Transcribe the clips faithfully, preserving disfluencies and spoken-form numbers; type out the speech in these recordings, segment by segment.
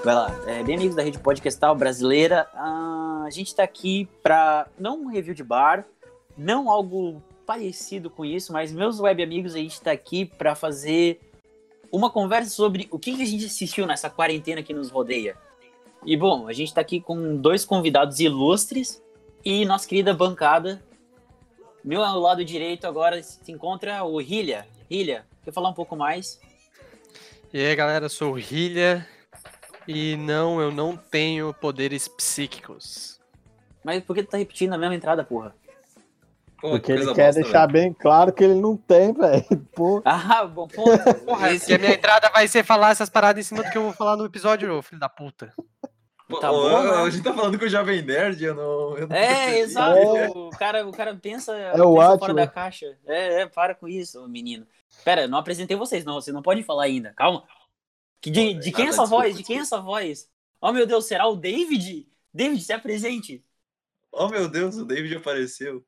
Vai lá. É, bem amigos da Rede Podcastal Brasileira, ah, a gente tá aqui pra, não um review de bar, não algo parecido com isso, mas meus web amigos, a gente tá aqui pra fazer uma conversa sobre o que a gente assistiu nessa quarentena que nos rodeia. E bom, a gente tá aqui com dois convidados ilustres e nossa querida bancada. Meu lado direito agora se encontra o Hilha. Hilha, quer falar um pouco mais? E aí galera, eu sou o Hilha e não, eu não tenho poderes psíquicos. Mas por que tu tá repetindo a mesma entrada, porra? Pô, Porque coisa ele quer bosta, deixar velho. bem claro que ele não tem, velho. Pô, Ah, bom ponto. Porra, Esse- porque a minha entrada vai ser falar essas paradas em cima do que eu vou falar no episódio, ô filho da puta. Pô, Tá ô, bom, né? A gente tá falando com o Jovem Nerd, eu não. Eu não É, percebi. exato. É. O, cara, o cara pensa, o pensa Atila. fora da caixa. É, é, para com isso, menino. Pera, não apresentei vocês, não. Você não pode falar ainda. Calma. Que de, de quem é Ah, essa desculpa, voz? De quem é essa voz? Oh, meu Deus, será o David? David, se apresente. Oh, meu Deus, o David apareceu.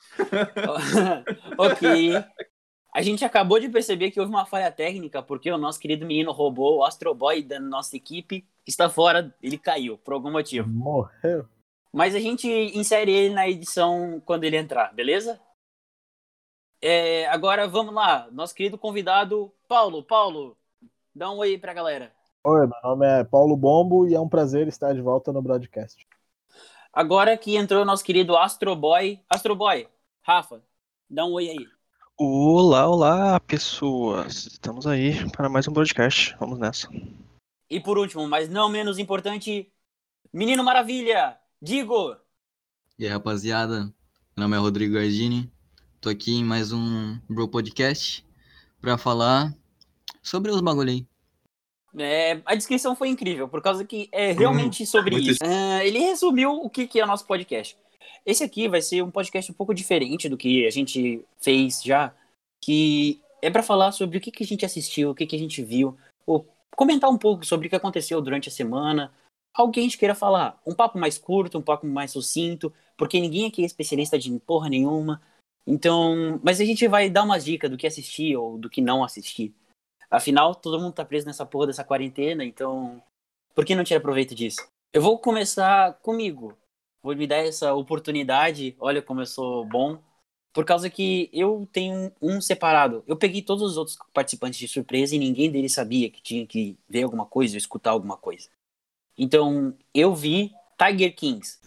Ok. A gente acabou de perceber que houve uma falha técnica, porque o nosso querido menino robô, o Astro Boy da nossa equipe, está fora. Ele caiu, por algum motivo. morreu. Mas a gente insere ele na edição quando ele entrar, beleza? É, agora vamos lá, nosso querido convidado, Paulo. Paulo, dá um oi aí pra galera. Oi, meu nome é Paulo Bombo e é um prazer estar de volta no broadcast. Agora que entrou o nosso querido Astro Boy. Astro Boy, Rafa, dá um oi aí. Olá, olá, pessoas. Estamos aí para mais um podcast. Vamos nessa. E por último, mas não menos importante, Menino Maravilha, Digo. E aí, rapaziada, meu nome é Rodrigo Gardini, tô aqui em mais um Bro Podcast pra falar sobre os bagulho aí. É, a descrição foi incrível, por causa que é realmente sobre muito isso. É, ele resumiu o que, que é o nosso podcast. Esse aqui vai ser um podcast um pouco diferente do que a gente fez já, que é pra falar sobre o que, que a gente assistiu, o que, que a gente viu, ou comentar um pouco sobre o que aconteceu durante a semana, algo que a gente queira falar. Um papo mais curto, um papo mais sucinto, porque ninguém aqui é especialista de porra nenhuma. Então, mas a gente vai dar umas dicas do que assistir ou do que não assistir. Afinal, todo mundo tá preso nessa porra dessa quarentena, então por que não tirar proveito disso? Eu vou começar comigo. Vou me dar essa oportunidade, olha como eu sou bom, por causa que eu tenho um separado. Eu peguei todos os outros participantes de surpresa e ninguém deles sabia que tinha que ver alguma coisa ou escutar alguma coisa. Então, eu vi Tiger Kings.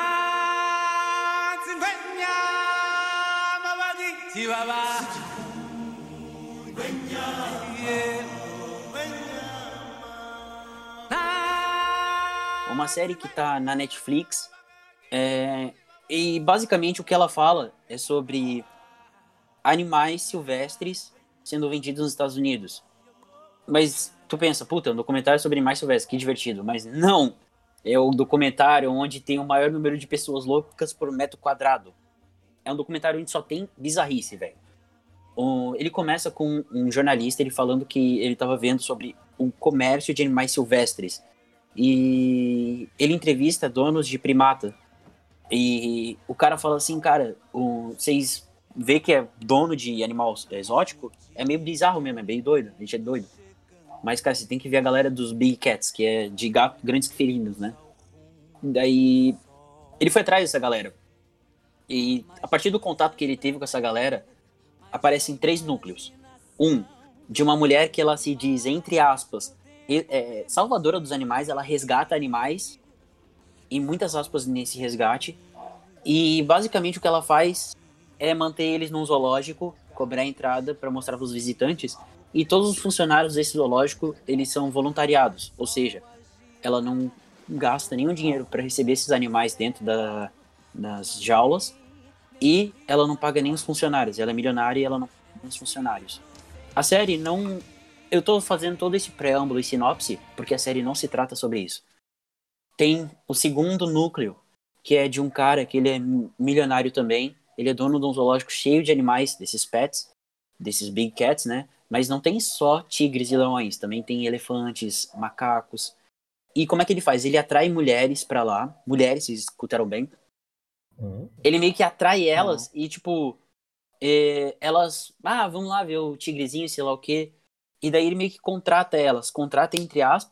Uma série que tá na Netflix. É, e basicamente o que ela fala é sobre animais silvestres sendo vendidos nos Estados Unidos. Mas tu pensa, puta, um documentário sobre animais silvestres, que divertido. Mas não! É o documentário onde tem o maior número de pessoas loucas por metro quadrado. É um documentário onde só tem bizarrice, velho. Um, ele começa com um jornalista ele falando que ele estava vendo sobre o comércio de animais silvestres. E ele entrevista donos de primata. E o cara fala assim, cara, o, vocês vê que é dono de animal exótico? É meio bizarro mesmo, é meio doido, a gente é doido. Mas, cara, você tem que ver a galera dos Big Cats, que é de gato, grandes felinos, né? Daí, ele foi atrás dessa galera. E a partir do contato que ele teve com essa galera, aparecem três núcleos. Um, de uma mulher que ela se diz, entre aspas, é, salvadora dos animais, ela resgata animais, e muitas aspas nesse resgate. E basicamente o que ela faz é manter eles num zoológico, cobrar a entrada para mostrar para os visitantes. E todos os funcionários desse zoológico, eles são voluntariados. Ou seja, ela não gasta nenhum dinheiro para receber esses animais dentro da, das jaulas. E ela não paga nem os funcionários. Ela é milionária e ela não paga os funcionários. A série não... Eu tô fazendo todo esse preâmbulo e sinopse porque a série não se trata sobre isso. Tem o segundo núcleo, que é de um cara que ele é milionário também. Ele é dono de um zoológico cheio de animais, desses pets, desses big cats, né? Mas não tem só tigres e leões, também tem elefantes, macacos. E como é que ele faz? Ele atrai mulheres pra lá, mulheres, vocês escutaram bem? Uhum. Ele meio que atrai elas uhum. e, tipo, é, elas... Ah, vamos lá ver o tigrezinho, sei lá o quê. E daí ele meio que contrata elas. Contrata, entre aspas,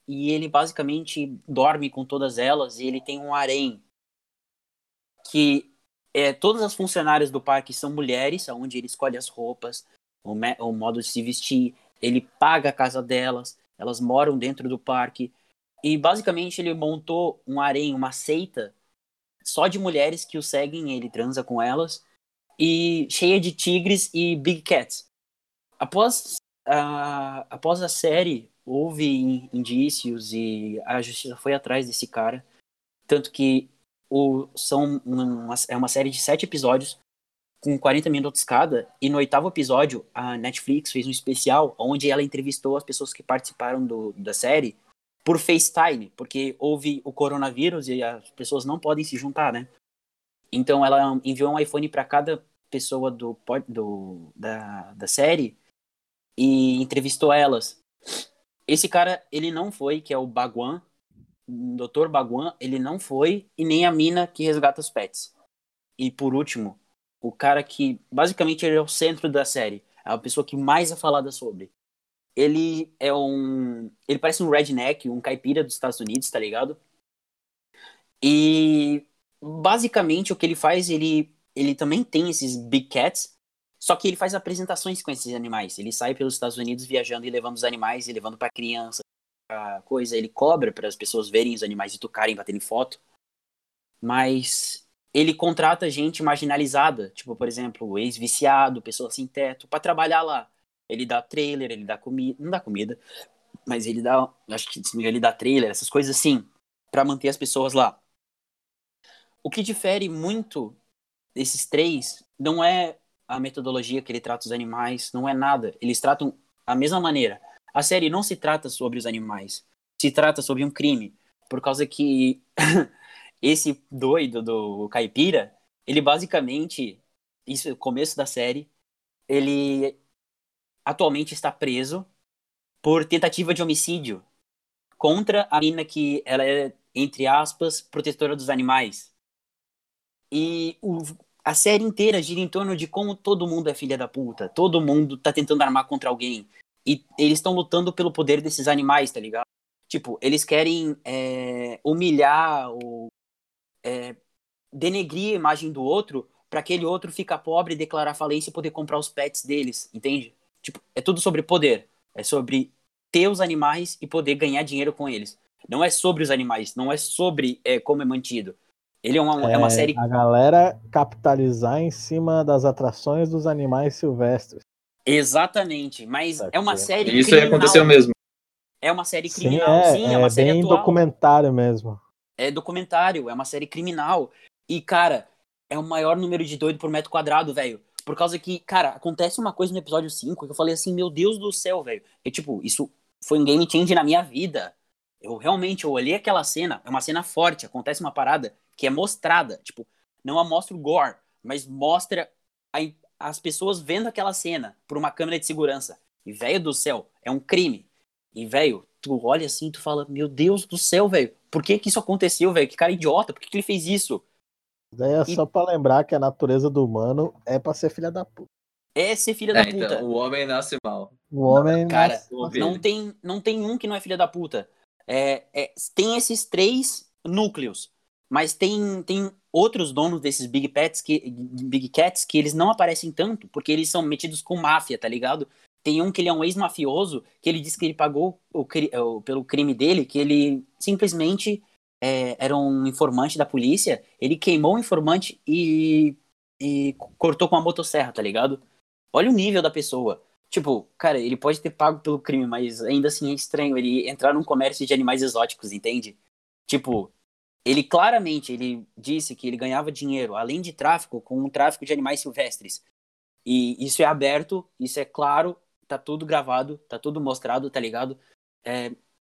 e ele basicamente dorme com todas elas, e ele tem um harém que é, todas as funcionárias do parque são mulheres, onde ele escolhe as roupas, o, me- o modo de se vestir, ele paga a casa delas, elas moram dentro do parque, e basicamente ele montou um harém, uma seita, só de mulheres que o seguem, ele transa com elas, e cheia de tigres e big cats. Após a, após a série, houve in- indícios e a justiça foi atrás desse cara, tanto que o, são uma, é uma série de sete episódios com quarenta minutos cada, e no oitavo episódio a Netflix fez um especial onde ela entrevistou as pessoas que participaram do, da série por FaceTime, porque houve o coronavírus e as pessoas não podem se juntar, né? Então ela enviou um iPhone para cada pessoa do, pod- do, da, da série e entrevistou elas. Esse cara, ele não foi, que é o Baguan, doutor Baguan, ele não foi, e nem a mina que resgata os pets. E por último, o cara que, basicamente, ele é o centro da série, é a pessoa que mais é falada sobre. Ele é um... Ele parece um redneck, um caipira dos Estados Unidos, tá ligado? E, basicamente, o que ele faz, ele, ele também tem esses big cats, só que ele faz apresentações com esses animais. Ele sai pelos Estados Unidos viajando e levando os animais, e levando pra criança, pra coisa. Ele cobra para as pessoas verem os animais e tocarem, baterem foto. Mas ele contrata gente marginalizada, tipo, por exemplo, ex-viciado, pessoa sem teto, pra trabalhar lá. Ele dá trailer, ele dá comida, não dá comida, mas ele dá, acho que se não me engano, ele dá trailer, essas coisas assim, pra manter as pessoas lá. O que difere muito desses três não é a metodologia que ele trata os animais, não é nada. Eles tratam a mesma maneira. A série não se trata sobre os animais, se trata sobre um crime, por causa que esse doido do caipira, ele basicamente, isso é o começo da série, ele atualmente está preso por tentativa de homicídio contra a menina que ela é, entre aspas, protetora dos animais. E o, a série inteira gira em torno de como todo mundo é filha da puta, todo mundo tá tentando armar contra alguém, e eles estão lutando pelo poder desses animais, tá ligado? Tipo, eles querem é, humilhar ou é, denegrir a imagem do outro pra aquele outro ficar pobre, declarar falência e poder comprar os pets deles, entende? Tipo, é tudo sobre poder. É sobre ter os animais e poder ganhar dinheiro com eles. Não é sobre os animais, não é sobre é, como é mantido. Ele é uma, é uma É, série... a galera capitalizar em cima das atrações dos animais silvestres. Exatamente, mas Tá é uma aqui. série E isso aí criminal. aconteceu mesmo. É uma série Sim, criminal, sim, é, é, uma é série bem atual. documentário mesmo. É documentário, é uma série criminal. E, cara, é o maior número de doido por metro quadrado, velho. Por causa que, cara, acontece uma coisa no episódio cinco que eu falei assim, meu Deus do céu, velho. E, tipo, isso foi um game changer na minha vida. Eu realmente, eu olhei aquela cena, é uma cena forte, acontece uma parada que é mostrada. Tipo, não mostra o gore, mas mostra a, as pessoas vendo aquela cena por uma câmera de segurança. E, velho do céu, é um crime. E, velho, tu olha assim e tu fala, meu Deus do céu, velho, por que que isso aconteceu, velho? Que cara idiota, por que que ele fez isso? Daí é E só pra lembrar que a natureza do humano é pra ser filha da puta. é ser filha É, da puta. então, o homem nasce mal. O homem Cara, nasce- Ouve não ele. tem, não tem um que não é filha da puta. É, é, tem esses três núcleos, mas tem, tem outros donos desses Big Pets, que, Big Cats, que eles não aparecem tanto, porque eles são metidos com máfia, tá ligado? Tem um que ele é um ex-mafioso, que ele disse que ele pagou o, cri- o- pelo crime dele, que ele simplesmente é, era um informante da polícia, ele queimou o informante e, e cortou com a motosserra, tá ligado? Olha o nível da pessoa. Tipo, cara, ele pode ter pago pelo crime, mas ainda assim é estranho ele entrar num comércio de animais exóticos, entende? Tipo, ele claramente, ele disse que ele ganhava dinheiro, além de tráfico, com o tráfico de animais silvestres. E isso é aberto, isso é claro, tá tudo gravado, tá tudo mostrado, tá ligado? É,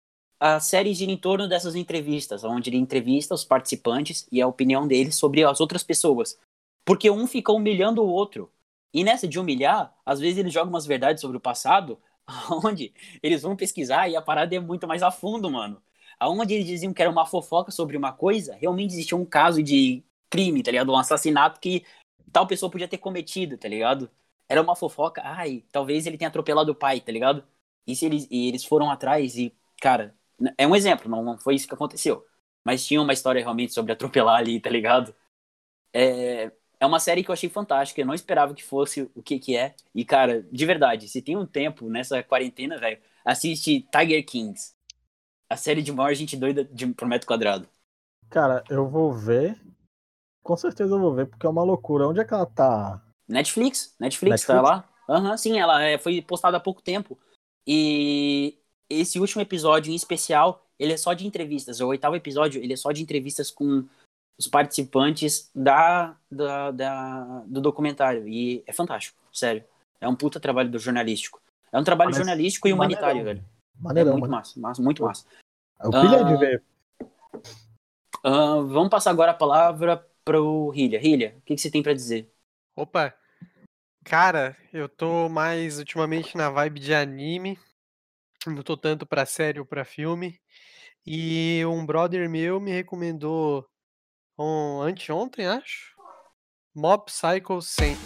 a série gira em torno dessas entrevistas, onde ele entrevista os participantes e a opinião deles sobre as outras pessoas. Porque um fica humilhando o outro. E nessa de humilhar, às vezes ele joga umas verdades sobre o passado, onde eles vão pesquisar e a parada é muito mais a fundo, mano. Aonde eles diziam que era uma fofoca sobre uma coisa, realmente existia um caso de crime, tá ligado? Um assassinato que tal pessoa podia ter cometido, tá ligado? Era uma fofoca, ai, talvez ele tenha atropelado o pai, tá ligado? E, se eles, e eles foram atrás e, cara, É um exemplo, não, não foi isso que aconteceu. Mas tinha uma história realmente sobre atropelar ali, tá ligado? É, é uma série que eu achei fantástica, eu não esperava que fosse o que que é. E, cara, de verdade, se tem um tempo nessa quarentena, velho, assiste Tiger Kings. A série de maior gente doida de, por metro quadrado. Cara, eu vou ver. Com certeza eu vou ver, porque é uma loucura. Onde é que ela tá? Netflix, Netflix, tá Netflix? lá. Aham, sim, ela é, foi postada há pouco tempo. E esse último episódio em especial, ele é só de entrevistas. O oitavo episódio, ele é só de entrevistas com os participantes da, da, da- do documentário. E é fantástico, sério. É um puta trabalho do jornalístico. É um trabalho Parece jornalístico e humanitário, maneirão. velho. É Maneirão, muito mano. massa, massa, muito massa. Eu pilhei de Ah, ver. ah, vamos passar agora a palavra pro Hilha. Hilha, o que, que você tem pra dizer? Opa, cara, eu tô mais ultimamente na vibe de anime. Não tô tanto pra série ou pra filme. E um brother meu me recomendou um, anteontem, acho. Mob Psycho cem.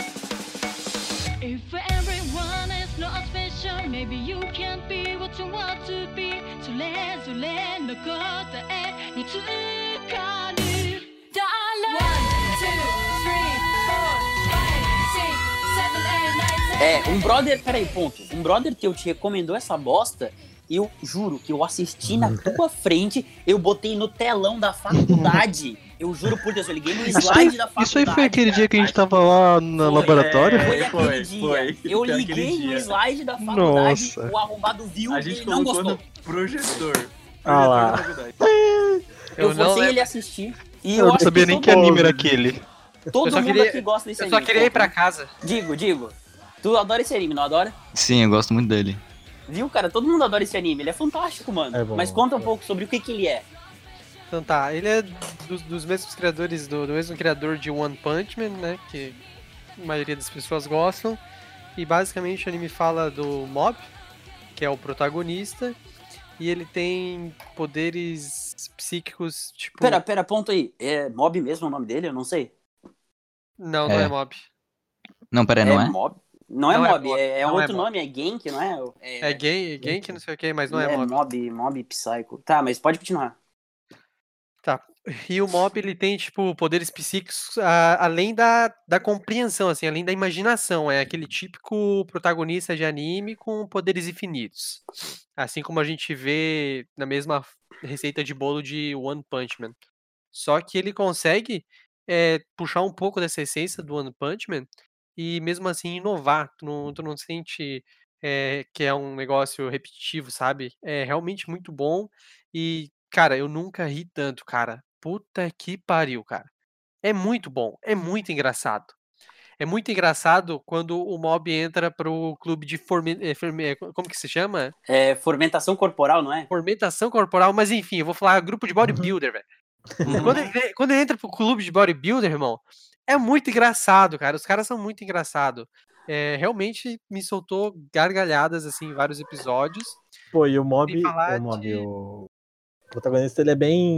If everyone is not special, maybe you can't be what you want to be. それぞれの答え見つかる。One, two, three, four, five, six, seven, eight, nine, ten. É, um brother, peraí, ponto. Um brother teu te recomendou essa bosta e eu juro que eu assisti na tua frente, eu botei no telão da faculdade. Eu juro por Deus, eu liguei no Isso slide aí, da faculdade. isso aí foi aquele cara. dia que a gente tava lá no Foi, laboratório? Foi É, aquele foi, dia. foi. Eu Foi liguei aquele no dia. slide da faculdade, Nossa. o arrombado viu A e gente ele não colocou gostou. no projetor. Ah lá. Projetor da faculdade. Eu, Eu não forcei lembro. ele a assistir. E Eu eu, não acho sabia que nem todo que anime mundo- era aquele. Todo Eu só mundo queria- aqui gosta desse Eu anime. só queria ir ponto, pra né? casa. Digo, digo. Tu adora esse anime, não adora? Sim, eu gosto muito dele. Viu, cara? Todo mundo adora esse anime. Ele é fantástico, mano. É bom. Mas conta um pouco sobre o que, que ele é. Então tá, ele é dos, dos mesmos criadores, do, do mesmo criador de One Punch Man, né? Que a maioria das pessoas gostam. E basicamente o anime fala do Mob, que é o protagonista. E ele tem poderes psíquicos, tipo. Pera, pera, ponto aí. É Mob mesmo o nome dele? Eu não sei. Não, não É. é Mob. Não, pera, não é? Mob? Não é Não é Mob, Mob, é, é não é outro Mob. nome, é Genk, não é? É gay, gay que não sei o que, mas não é, é Mob. Mob, Mob Psycho. Tá, mas pode continuar. Tá. E o Mob, ele tem, tipo, poderes psíquicos a- além da, da compreensão, assim, além da imaginação. É aquele típico protagonista de anime com poderes infinitos. Assim como a gente vê na mesma receita de bolo de One Punch Man. Só que ele consegue é, puxar um pouco dessa essência do One Punch Man e mesmo assim inovar. Tu não, tu não sente é, que é um negócio repetitivo, sabe? É realmente muito bom e, cara, eu nunca ri tanto, cara. Puta que pariu, cara. É muito bom, é muito engraçado. É muito engraçado quando o Mob entra pro clube de forme... eh, forme- eh, como que se chama? É Formentação Corporal, não é? Formentação corporal, mas enfim, eu vou falar grupo de bodybuilder, velho. Quando ele, quando ele entra pro clube de bodybuilder, irmão, é muito engraçado, cara. Os caras são muito engraçados. É, realmente me soltou gargalhadas, assim, em vários episódios. Pô, e o Mob, Sem falar o Mob, de- o protagonista, ele é bem.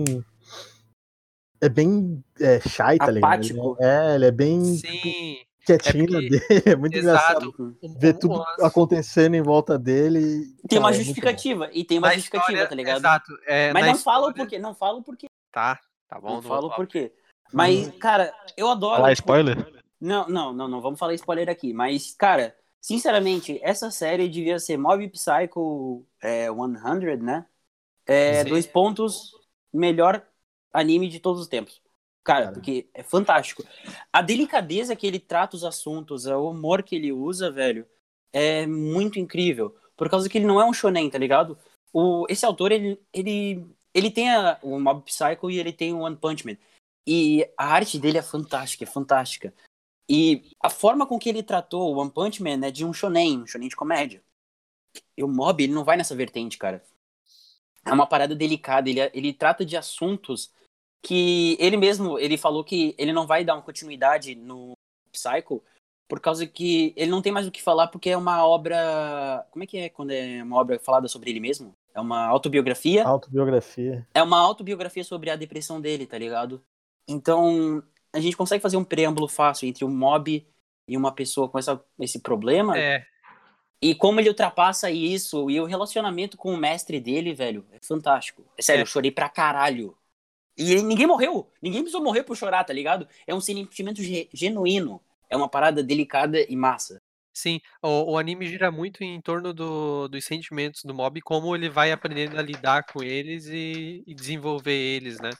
É bem é, shy, tá ligado? Ele Apático. é, ele é bem Sim, quietinho é na porque- dele, é muito engraçado. exato. O- Ver o- tudo o- acontecendo em volta dele. e, Tem uma cara, é muito justificativa. E tem uma na justificativa, história- tá ligado? Exato. é, Mas na não fala o história- porquê, não fala o porquê. Tá, tá bom. Não não fala vou o falar. porquê. Mas, cara, eu adoro. Falar spoiler? Não, não, não, não vamos falar spoiler aqui. Mas, cara, sinceramente, essa série devia ser Mob Psycho é, cem, né? É, Sim. dois pontos, melhor anime de todos os tempos. Cara, Cara. porque é fantástico. A delicadeza que ele trata os assuntos, o humor que ele usa, velho, é muito incrível. Por causa que ele não é um shonen, tá ligado? O, esse autor, ele, ele, ele tem a, o Mob Psycho e ele tem o One Punch Man. E a arte dele é fantástica, é fantástica. E a forma com que ele tratou o One Punch Man é de um shonen, um shonen de comédia. E o Mob, ele não vai nessa vertente, cara. É uma parada delicada, ele, ele trata de assuntos que ele mesmo, ele falou que ele não vai dar uma continuidade no Psycho por causa que ele não tem mais o que falar porque é uma obra... Como é que é quando é uma obra falada sobre ele mesmo? É uma autobiografia? Autobiografia. É uma autobiografia sobre a depressão dele, tá ligado? Então, a gente consegue fazer um preâmbulo fácil entre um Mob e uma pessoa com essa, esse problema. É, E como ele ultrapassa isso, e o relacionamento com o mestre dele, velho, é fantástico. É sério, É. eu chorei pra caralho. E ele- ninguém morreu. Ninguém precisou morrer por chorar, tá ligado? É um sentimento ge- genuíno. É uma parada delicada e massa. Sim, o, o anime gira muito em torno do- dos sentimentos do mob, como ele vai aprendendo a lidar com eles e, e desenvolver eles, né?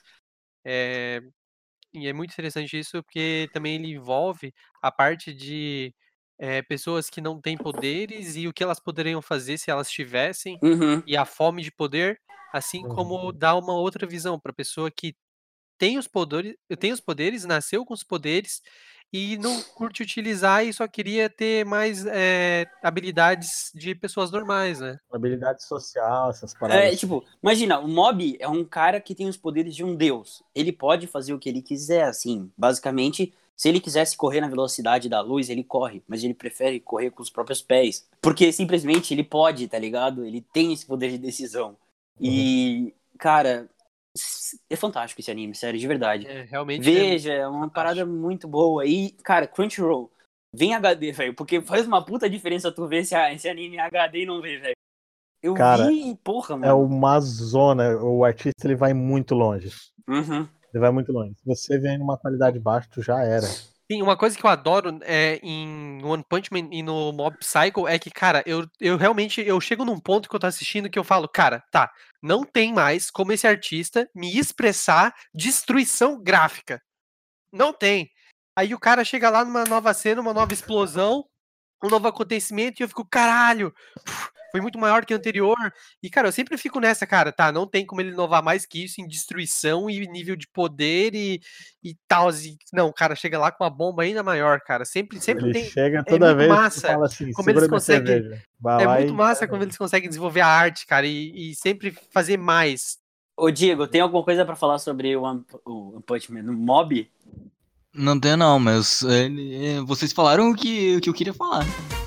É, e é muito interessante isso porque também ele envolve a parte de é, pessoas que não têm poderes e o que elas poderiam fazer se elas tivessem, Uhum. e a fome de poder, assim Uhum. como dá uma outra visão para a pessoa que tem os poderes, tem os poderes, nasceu com os poderes e não curte utilizar e só queria ter mais é, habilidades de pessoas normais, né? Habilidade social, essas É, paradas. assim. tipo, imagina, o Mob é um cara que tem os poderes de um deus. Ele pode fazer o que ele quiser, assim. Basicamente, se ele quisesse correr na velocidade da luz, ele corre. Mas ele prefere correr com os próprios pés. Porque simplesmente ele pode, tá ligado? Ele tem esse poder de decisão. E, cara, é fantástico esse anime, sério, de verdade. É, realmente Veja, é uma fantástico. parada muito boa. E, cara, Crunchyroll, vem H D, velho. Porque faz uma puta diferença tu ver esse, esse anime em H D e não ver, velho. Eu Cara, vi e, porra, É mano. uma zona. O artista ele vai muito longe. Uhum. Ele vai muito longe. Se você vem numa qualidade baixa, tu já era. Sim, uma coisa que eu adoro é, em One Punch Man e no Mob Psycho é que, cara, eu, eu realmente eu chego num ponto que eu tô assistindo que eu falo, cara, tá, não tem mais como esse artista me expressar destruição gráfica. Não tem. Aí o cara chega lá numa nova cena, uma nova explosão, um novo acontecimento, e eu fico, caralho, foi muito maior que o anterior. E, cara, eu sempre fico nessa, cara, tá, não tem como ele inovar mais que isso em destruição e nível de poder e, e tal. E, não, cara, chega lá com uma bomba ainda maior, cara. Sempre, sempre Ele tem. chega É toda muito vez e massa fala assim, como segura eles minha conseguem. cerveja. Vai É lá muito e- massa como eles conseguem desenvolver a arte, cara, e, e sempre fazer mais. Ô, Diego, tem alguma coisa pra falar sobre o One, o One Punch Man? O Mob? Não tem não, mas ele, vocês falaram o que, o que eu queria falar.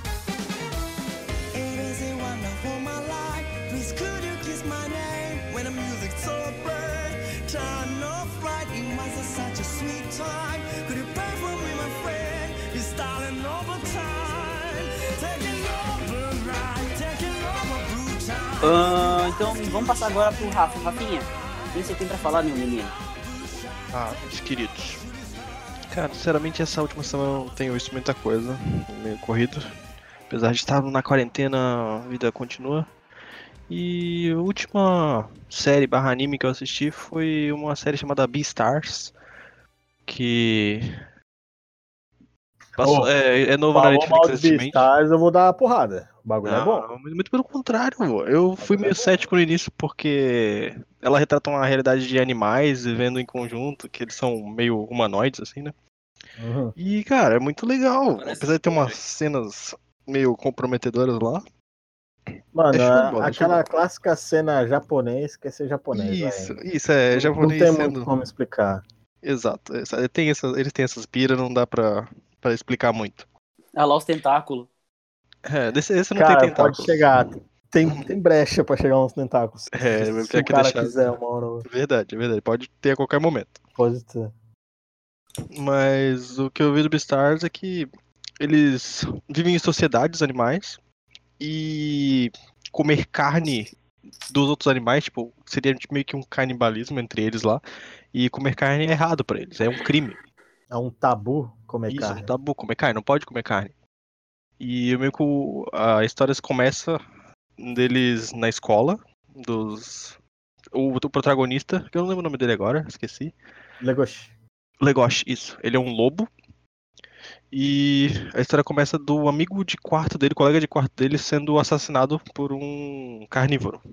Ah, então vamos passar agora pro Rafa. Rafinha, o que você tem pra falar, meu menino? Ah, meus queridos. Cara, sinceramente, essa última semana eu não tenho visto muita coisa, meio corrido. Apesar de estar na quarentena, a vida continua. E a última série barra anime que eu assisti foi uma série chamada Beastars, que passou, Ô, é, é novo na Falou Netflix mal de recentemente. Beastars, eu vou dar uma porrada. O bagulho é Não, bom. não, muito pelo contrário, pô. Eu fui meio cético no início porque ela retrata uma realidade de animais vivendo em conjunto, que eles são meio humanoides, assim, né? Uhum. E, cara, é muito legal. Parece Apesar de ter umas bom, cenas meio comprometedoras lá. Mano, É show de a- bola, é show de aquela bola. clássica cena japonês, quer ser japonês, Isso, velho. isso, é Não- japonês Não tem sendo... muito como explicar. Exato, essa- tem essa, eles têm essas piras, não dá pra, pra explicar muito. Ah lá os tentáculos. É, desse, esse não Cara, tem tentáculos. pode chegar. Tem, tem brecha pra chegar uns tentáculos. É, se vai se ter o que cara deixar- quiser uma hora ou outra. Verdade, é verdade, pode ter a qualquer momento. Pode ter. Mas o que eu vi do Beastars é que eles vivem em sociedades animais e comer carne dos outros animais, tipo, seria tipo, meio que um canibalismo entre eles lá. E comer carne é errado pra eles, é um crime. É um tabu comer Isso, é carne. um tabu comer carne, não pode comer carne. E meio que o- a história se começa deles na escola, dos. O, o protagonista, que eu não lembro o nome dele agora, esqueci. Legoshi. Legoshi, isso. Ele é um lobo. E a história começa do amigo de quarto dele, colega de quarto dele, sendo assassinado por um carnívoro.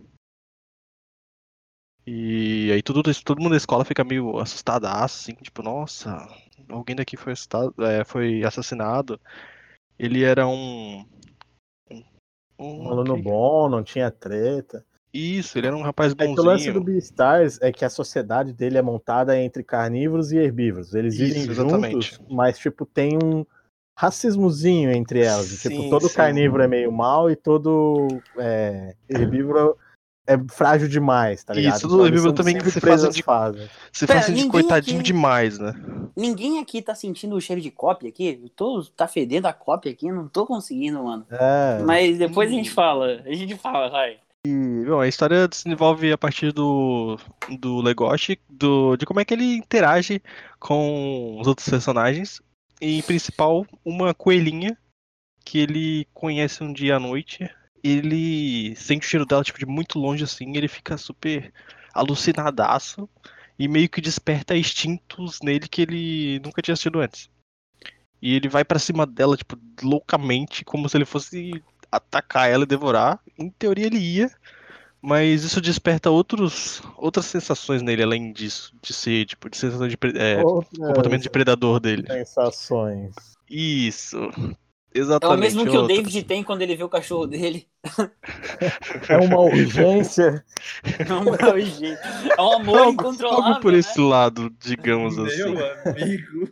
E aí tudo, todo mundo da escola fica meio assustadaço, assim, tipo, nossa, alguém daqui foi assustado, é, foi assassinado. Ele era um. Um, Um um aluno que- bom, não tinha treta. Isso, ele era um rapaz É que o lance do bonzinho. Beastars é que a sociedade dele é montada entre carnívoros e herbívoros. Eles vivem Isso, exatamente. juntos, mas tipo tem um racismozinho entre elas. Sim, tipo, todo sim. carnívoro é meio mal e todo é, herbívoro é frágil demais, tá ligado? Isso, Então, do eles herbívoro são também sempre se fazem presas de- fazem. Você Pera, faz assim de ninguém coitadinho aqui- demais, né? Ninguém aqui tá sentindo o cheiro de cópia aqui? Eu tô, tá fedendo a cópia aqui, não tô conseguindo, mano. É, Mas depois a gente Hum. fala, a gente fala, vai. E, bom, a história se desenvolve a partir do, do Legoshi, do, de como é que ele interage com os outros personagens. E, em principal, uma coelhinha que ele conhece um dia à noite. Ele sente o cheiro dela, tipo, de muito longe, assim. Ele fica super alucinadaço. E meio que desperta instintos nele que ele nunca tinha tido antes. E ele vai pra cima dela, tipo, loucamente, como se ele fosse atacar ela e devorar. Em teoria ele ia, mas isso desperta outros, outras sensações nele, além disso, de ser, tipo, de sensação de pre- é, outras comportamento de predador dele. sensações. Isso, É o exatamente. mesmo que o outras. David tem quando ele vê o cachorro dele. É uma urgência. Não, não, gente. É um amor Algo, incontrolável, algo por né? esse lado, digamos assim. Meu amigo.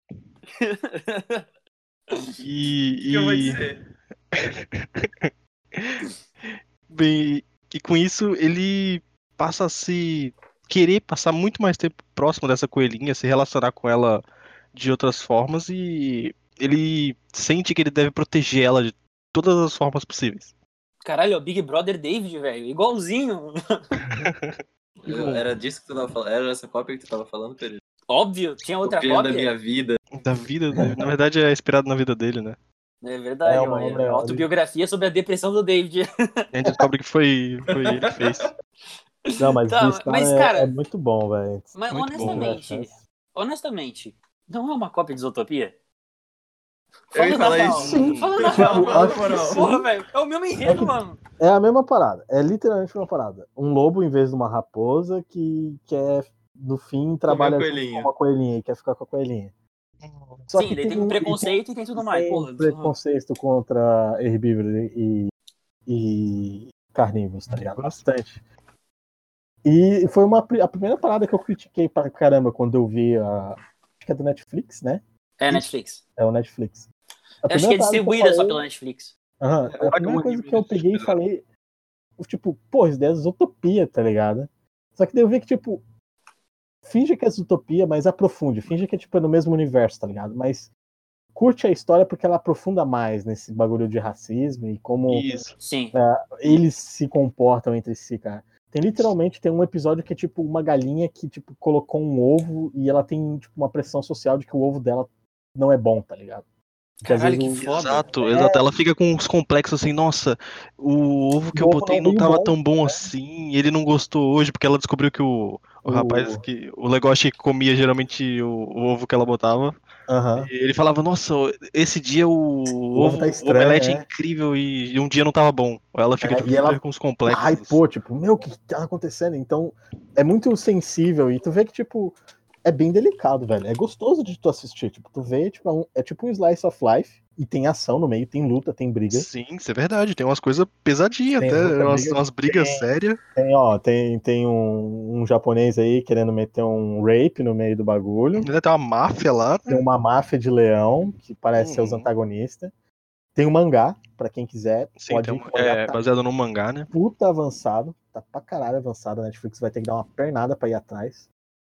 O E, que eu vou e- dizer? Bem, e com isso ele passa a se querer passar muito mais tempo próximo dessa coelhinha, se relacionar com ela de outras formas e ele sente que ele deve proteger ela de todas as formas possíveis. Caralho, é o Big Brother David, velho. Igualzinho. Eu- Era disso que tu tava falando? Era essa cópia que tu tava falando, Pedro? Óbvio, tinha outra Copiando cópia. a minha vida. Da vida dele. Na verdade é inspirado na vida dele, né? É verdade, É uma olha. obra- Autobiografia sobre a depressão do David. A gente descobre que foi, foi ele que fez. Não, mas Tá, Beastar mas, é, cara- é muito bom, velho. Mas Muito bom, honestamente, honestamente, não é uma cópia de Zootopia? Eu ia Falando falar na isso. real, Sim. falando na Eu real, falo mano. na moral. Porra, velho, é o mesmo enredo, mano. É a mesma parada. É literalmente uma parada. Um lobo em vez de uma raposa que quer, no fim, trabalha junto coelhinho. com uma coelhinha e quer ficar com a coelhinha. Só Sim, que daí tem um- um e preconceito e tem tudo tem, mais. tem Porra, preconceito contra herbívoros e, e carnívoros, tá ligado? Bastante. E foi uma, a primeira parada que eu critiquei pra caramba quando eu vi a. Acho que é do Netflix, né? é Netflix. É o Netflix. A Eu acho que é primeira parada eu distribuída só falei- pela Netflix. Aham, Eu a primeira acho coisa que que eu eu peguei e falei, tipo, pô, isso daí é Zootopia, tá ligado? Só que daí eu vi que, tipo, finge que é Zootopia, mas aprofunde. Finge que é, tipo, é no mesmo universo, tá ligado? Mas curte a história porque ela aprofunda mais nesse bagulho de racismo e como Isso. Sim. eles se comportam entre si, cara. Tem literalmente, tem um episódio que é, tipo, uma galinha que, tipo, colocou um ovo e ela tem, tipo, uma pressão social de que o ovo dela não é bom, tá ligado? Porque, às Caralho, vezes, que o- foda. Exato, exato. Ela fica com uns complexos assim, nossa, o ovo que O eu ovo botei não não veio tava bom, tão bom né? assim, ele não gostou hoje, porque ela descobriu que o, o O- rapaz, que o Legoshi comia geralmente o, o ovo que ela botava. Aham. E ele falava, nossa, esse dia o, ovo ovo, tá o estranho, omelete é é. incrível e, e um dia não tava bom. Ela fica É, tipo, e ela super com os complexos. hypou, tipo, meu, o que tá acontecendo? Então, é muito sensível e tu vê que, tipo, é bem delicado, velho. É gostoso de tu assistir. Tipo, tu vê, tipo, é, um- é tipo um slice of life e tem ação no meio, tem luta, tem briga. Sim, isso é verdade. Tem umas coisas pesadinhas Tem até, luta, umas, briga, umas brigas tem- sérias. Tem, ó, tem, tem um, um japonês aí querendo meter um rape no meio do bagulho. Ainda tem uma máfia lá, Tem né? uma máfia de leão, que parece ser os Uhum. antagonistas. Tem um mangá, pra quem quiser. Sim, pode tem ir, uma- que o mangá é tá baseado no mangá, né? puta avançado. Tá pra caralho avançado. A Netflix vai ter que dar uma pernada pra ir atrás.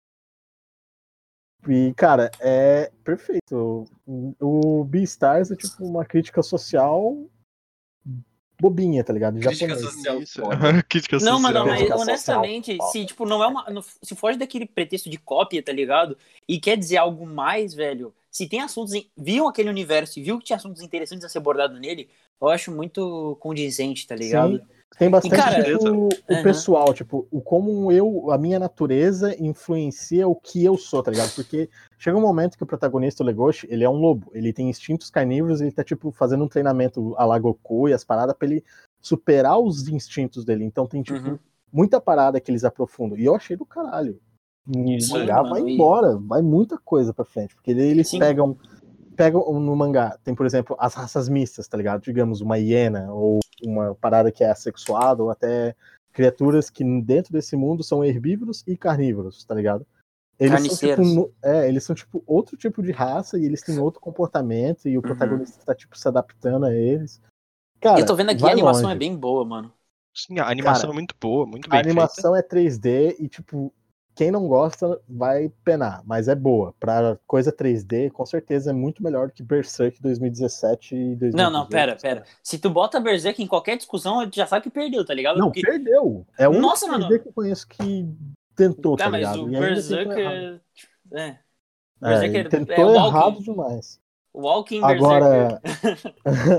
E, cara, é perfeito. O Beastars é tipo uma crítica social bobinha, tá ligado? De Crítica japonês. social. Isso, foda. crítica Não, social. mano, mas Crítica honestamente, social. se tipo, não é uma. não- se foge daquele pretexto de cópia, tá ligado? E quer dizer algo mais, velho. Se tem assuntos. em- Viam aquele universo e viu que tinha assuntos interessantes a ser abordado nele, eu acho muito condizente, tá ligado? Sim. Tem bastante, cara, tipo, o Aham. pessoal, tipo, o como eu, a minha natureza influencia o que eu sou, tá ligado? Porque chega um momento que o protagonista, o Legoshi, ele é um lobo, ele tem instintos carnívoros, ele tá, tipo, fazendo um treinamento à la Goku e as paradas pra ele superar os instintos dele. Então tem, tipo, Uhum. muita parada que eles aprofundam. E eu achei do caralho. No Isso aí, mangá mano, vai e- embora, vai muita coisa pra frente, porque daí eles Sim. pegam, pegam no mangá, tem, por exemplo, as raças mistas, tá ligado? Digamos, uma hiena, ou uma parada que é assexuada, ou até criaturas que dentro desse mundo são herbívoros e carnívoros, tá ligado? Eles são, tipo, Carniceiros. no- é, eles são tipo outro tipo de raça e eles têm outro comportamento e o Uhum. protagonista tá tipo se adaptando a eles. Cara, Eu tô vendo aqui, a vai animação longe. é bem boa, mano. Sim, a animação Cara, é muito boa, muito A bem feita. animação é três D e, tipo, quem não gosta vai penar, mas é boa. Pra coisa três D, com certeza é muito melhor do que Berserk dois mil e dezessete e dois mil e Não, dezoito. não, pera, pera. Se tu bota Berserk em qualquer discussão, tu já sabe que perdeu, tá ligado? Não, Porque... perdeu. É o único Nossa, três D mano. que eu conheço que tentou, Tá, tá mas ligado? o E ainda tentou Berserk errado. é... é. É, Berserk ele é, tentou é errado Walking. demais. Walking Agora, Berserker.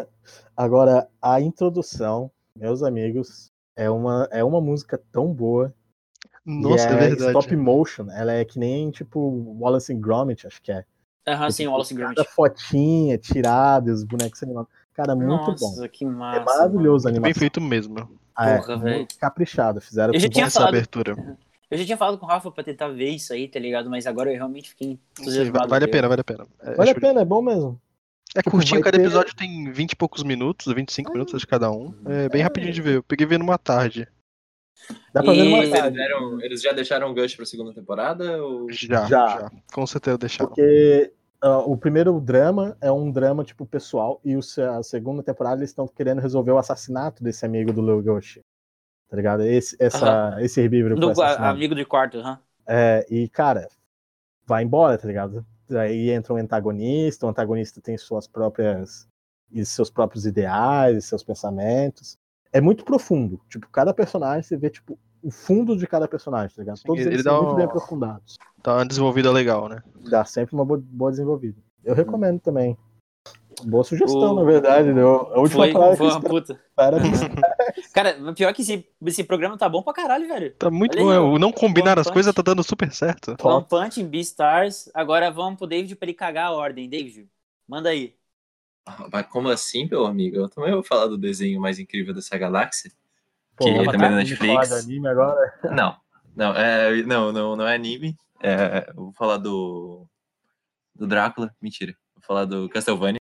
agora, a introdução, meus amigos, é uma, é uma música tão boa. Nossa, e é é verdade. stop motion. Ela é que nem, tipo, Wallace and Gromit, acho que é. Aham, Que, sim, tipo, Wallace cada Gromit. fotinha tirada, os bonecos animados. Cara, muito bom. Nossa, que É massa, maravilhoso a Muito bem animação. feito mesmo. Ah, é, Porra, muito velho. caprichado. Fizeram Eu já com tinha vontade. Essa falado... abertura. Eu já tinha falado com o Rafa pra tentar ver isso aí, tá ligado? Mas agora eu realmente fiquei Não sei, entusiasmado. vale a tá pena, ligado? vale a pena. É, Vale é a show de- pena, é bom mesmo. é Tipo, curtinho, vai cada ter- episódio tem vinte e poucos minutos, vinte e cinco minutos acho, cada um. É bem rapidinho de ver. Eu peguei vendo uma tarde. Dá pra ver numa E- tarde. Eles, deram, eles já deixaram um gancho pra segunda temporada? Ou... Já, Já. já. Com certeza deixaram. Porque ah, o primeiro drama é um drama, tipo, pessoal. E o, se- a segunda temporada eles estão querendo resolver o assassinato desse amigo do Legoshi. Tá ligado? Esse, essa, esse herbívoro foi Do a- assassinado. amigo de quarto, aham. É, e, cara, vai embora, tá ligado? Aí entra um antagonista, o antagonista tem suas próprias e seus próprios ideais, seus pensamentos. É muito profundo. Tipo, cada personagem, você vê, tipo, o fundo de cada personagem, tá ligado? Sim, Todos ele eles dá são muito um- bem aprofundados. Tá uma desenvolvida legal, né? Dá sempre uma boa, boa desenvolvida. Eu recomendo também. Boa sugestão, O- na verdade. Né? A última Foi, palavra foi que eu uma puta. espero Cara, pior que esse, esse programa tá bom pra caralho, velho. Tá muito Olha bom. aí, é, ó. O não combinar One as coisas Punch. tá dando super certo. One Punch em Beastars. Agora vamos pro David pra ele cagar a ordem. David, manda aí. Ah, mas como assim, meu amigo? Eu também vou falar do desenho mais incrível dessa galáxia. Pô, Que vamos também é tá? na me falar de Netflix. anime agora. Não, não, é, não, não, não é anime. É, eu vou falar do. Do Drácula. Mentira. Vou falar do Castlevania.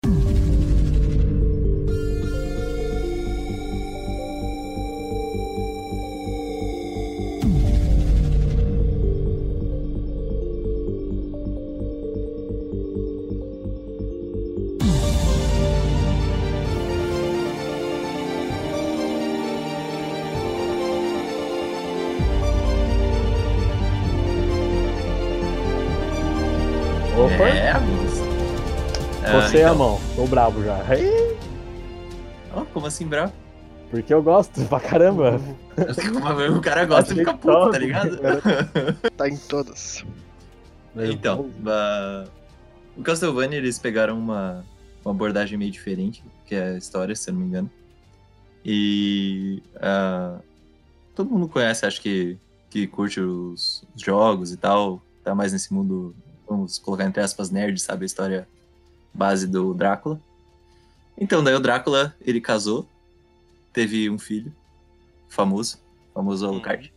Opa, É, amigos. Ah, você é a então. mão. Tô bravo já. Ih, Ó, como assim, bravo? Porque eu gosto pra caramba. O cara gosta de ficar puto, tá ligado? Tá em todas. Então, ba- o Castlevania eles pegaram uma, uma abordagem meio diferente, que é a história, se eu não me engano. E ah, todo mundo conhece, acho que, que curte os, os jogos e tal, tá mais nesse mundo, vamos colocar entre aspas, nerd, sabe? A história base do Drácula. Então, daí o Drácula, ele casou, teve um filho, famoso, famoso Alucard.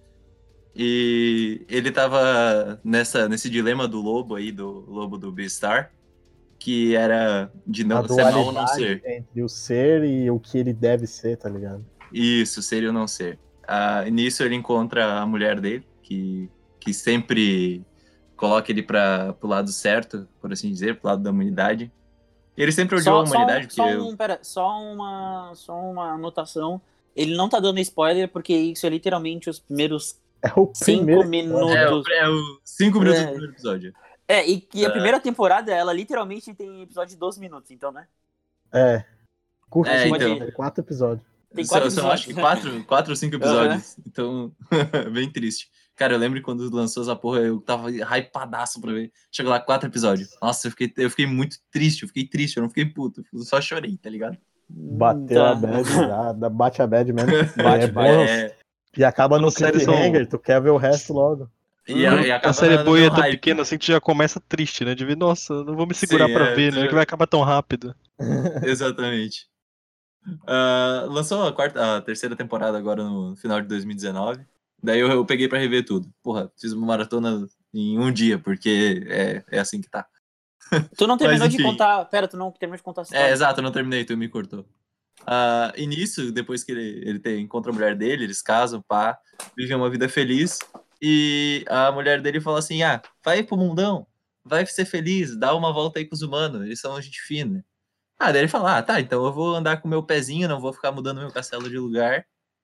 E ele tava nessa, nesse dilema do lobo aí, do lobo do Beastar, que era de não A ser mal ou não dualidade ser. entre o ser e o que ele deve ser, tá ligado? Isso, ser ou não ser. Ah, nisso ele encontra a mulher dele, que, que sempre coloca ele para pro lado certo, por assim dizer, pro lado da humanidade. Ele sempre odiou Só, a só, humanidade, um, porque só, eu- um, pera, só, uma, só uma anotação. Ele não tá dando spoiler, porque isso é literalmente os primeiros É o cinco primeiro. minutos. é, o, é o cinco minutos É. do primeiro episódio. É, e, e a É. primeira temporada, ela literalmente tem episódio de doze minutos, então, né? É. Curtinho, É, então. é quatro episódios. Tem São- quatro são, acho que episódios. quatro, quatro ou cinco episódios. Então, bem triste. Cara, eu lembro que quando lançou essa porra, eu tava hypadaço pra ver. Chegou lá, quatro episódios. Nossa, eu fiquei, eu fiquei muito triste, eu fiquei triste, eu não fiquei puto. Eu só chorei, tá ligado? Bateu Tá. a bad já, dá- bate a bad mesmo. Bate, é bate. bônus. É, E acaba no As séries são- cliffhanger, tu quer ver o resto logo. e, a, e A acaba série na- no boa é meu tão hype. pequena assim que tu já começa triste, né? De ver, nossa, não vou me segurar Sim, pra é, ver, tu né? já- Que vai acabar tão rápido. Exatamente. Ah, lançou a, quarta, a terceira temporada agora no final de dois mil e dezenove. Daí eu, eu peguei pra rever tudo. Porra, fiz uma maratona em um dia, porque é, é assim que tá. Tu não terminou Mas, de enfim. contar. Pera, tu não terminou de contar a É, história. exato, eu não terminei, tu me cortou. Ah, e nisso, depois que ele, ele tem, encontra a mulher dele, eles casam, pá, vivem uma vida feliz. E a mulher dele fala assim: ah, vai pro mundão, vai ser feliz, dá uma volta aí com os humanos, eles são gente fina. Ah, daí ele fala: ah, tá, então eu vou andar com o meu pezinho, não vou ficar mudando meu castelo de lugar.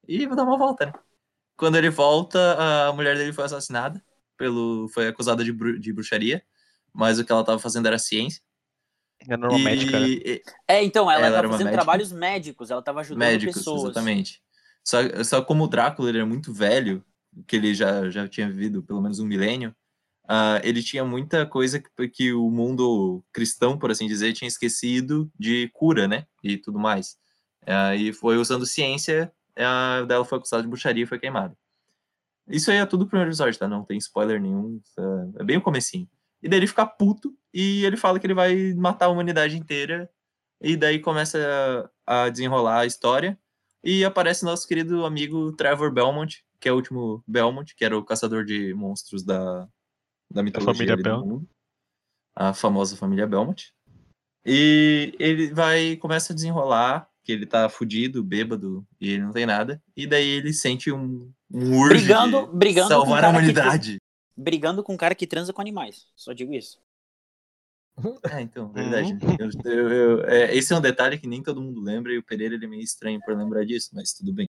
e vai dar uma volta, né? Quando ele volta, a mulher dele foi assassinada, pelo, foi acusada de, bru- de bruxaria, mas o que ela tava fazendo era ciência. É normal médica, né? E, e- É, então, ela, Ela tava era uma fazendo médica. trabalhos médicos, ela tava ajudando médicos, pessoas. exatamente. Só, só como o Drácula ele é muito velho, que ele já, já tinha vivido pelo menos um milênio, ah, ele tinha muita coisa que, que o mundo cristão, por assim dizer, tinha esquecido de cura, né? E tudo mais. Ah, e foi usando ciência, ah, dela foi acusada de bruxaria e foi queimada. Isso aí é tudo o primeiro episódio, tá? Não tem spoiler nenhum. É bem o comecinho. E daí ele fica puto e ele fala que ele vai matar a humanidade inteira. E daí começa a, a desenrolar a história. E aparece nosso querido amigo Trevor Belmont, que é o último Belmont, que era o caçador de monstros da, da mitologia família ali do Bell. mundo. A famosa família Belmont. E ele vai, começa a desenrolar, que ele tá fudido, bêbado, e ele não tem nada. E daí ele sente um, um urge Brigando, de brigando com um salvar a cara que humanidade. Brigando com um cara que transa com animais. Só digo isso. É, então, verdade. Né? Eu, eu, eu, é, esse é um detalhe que nem todo mundo lembra, e o Pereira ele é meio estranho por lembrar disso, mas tudo bem.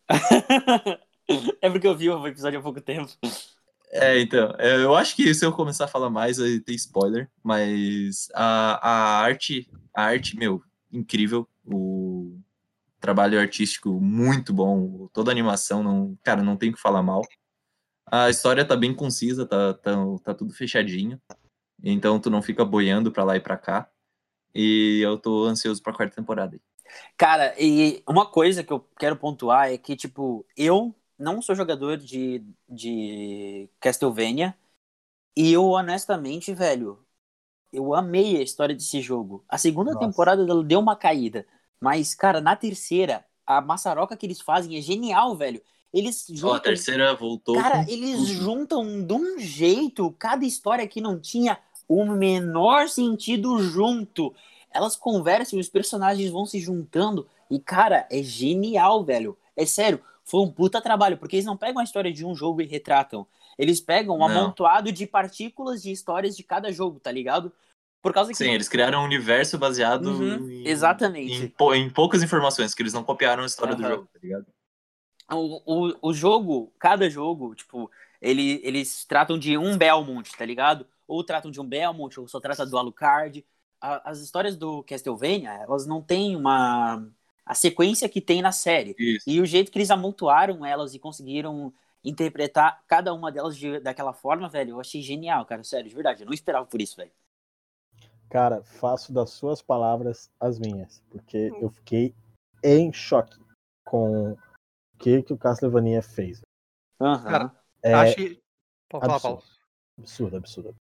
É porque eu vi o episódio há pouco tempo. É, então, é, eu acho que se eu começar a falar mais, vai ter spoiler, mas a, a arte, a arte, meu, incrível, o trabalho artístico muito bom, toda a animação, não, cara, não tem o que falar mal. A história tá bem concisa, tá, tá, tá tudo fechadinho, então tu não fica boiando pra lá e pra cá, e eu tô ansioso pra quarta temporada. Cara, e uma coisa que eu quero pontuar é que, tipo, eu não sou jogador de, de Castlevania e eu, honestamente, velho, eu amei a história desse jogo. A segunda Nossa. temporada dela deu uma caída, mas, cara, na terceira, a maçaroca que eles fazem é genial, velho. Eles Ó, a juntam... terceira voltou Cara, com eles tudo. juntam de um jeito cada história que não tinha o menor sentido junto. Elas conversam e os personagens vão se juntando. E, cara, é genial, velho. É sério, foi um puta trabalho, porque eles não pegam a história de um jogo e retratam. Eles pegam um Não. amontoado de partículas de histórias de cada jogo, tá ligado? Por causa que. Sim, eles criaram um universo baseado Uhum, em, exatamente. em, pou- em poucas informações, que eles não copiaram a história do Aham. jogo, tá ligado? O, o, o jogo, cada jogo, tipo, ele, eles tratam de um Belmont, tá ligado? Ou tratam de um Belmont, ou só trata do Alucard. A, as histórias do Castlevania, elas não têm uma... a sequência que tem na série. Isso. E o jeito que eles amontoaram elas e conseguiram interpretar cada uma delas de, daquela forma, velho, eu achei genial, cara, sério, de verdade. Eu não esperava por isso, velho. Cara, faço das suas palavras as minhas, porque eu fiquei em choque com o que, que o Castlevania fez. Aham. Cara, É Acho que. Pode falar, absurdo. Paulo. absurdo, absurdo.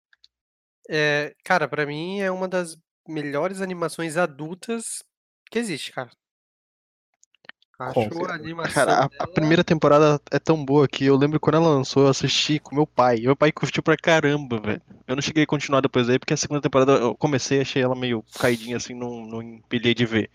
É, cara, pra mim é uma das melhores animações adultas que existe, cara. Acho a certeza. animação Cara, a, a dela... primeira temporada é tão boa que eu lembro quando ela lançou, eu assisti com meu pai. E meu pai curtiu pra caramba, velho. Eu não cheguei a continuar depois aí, porque a segunda temporada eu comecei, achei ela meio caidinha assim, não, não empilhei de ver.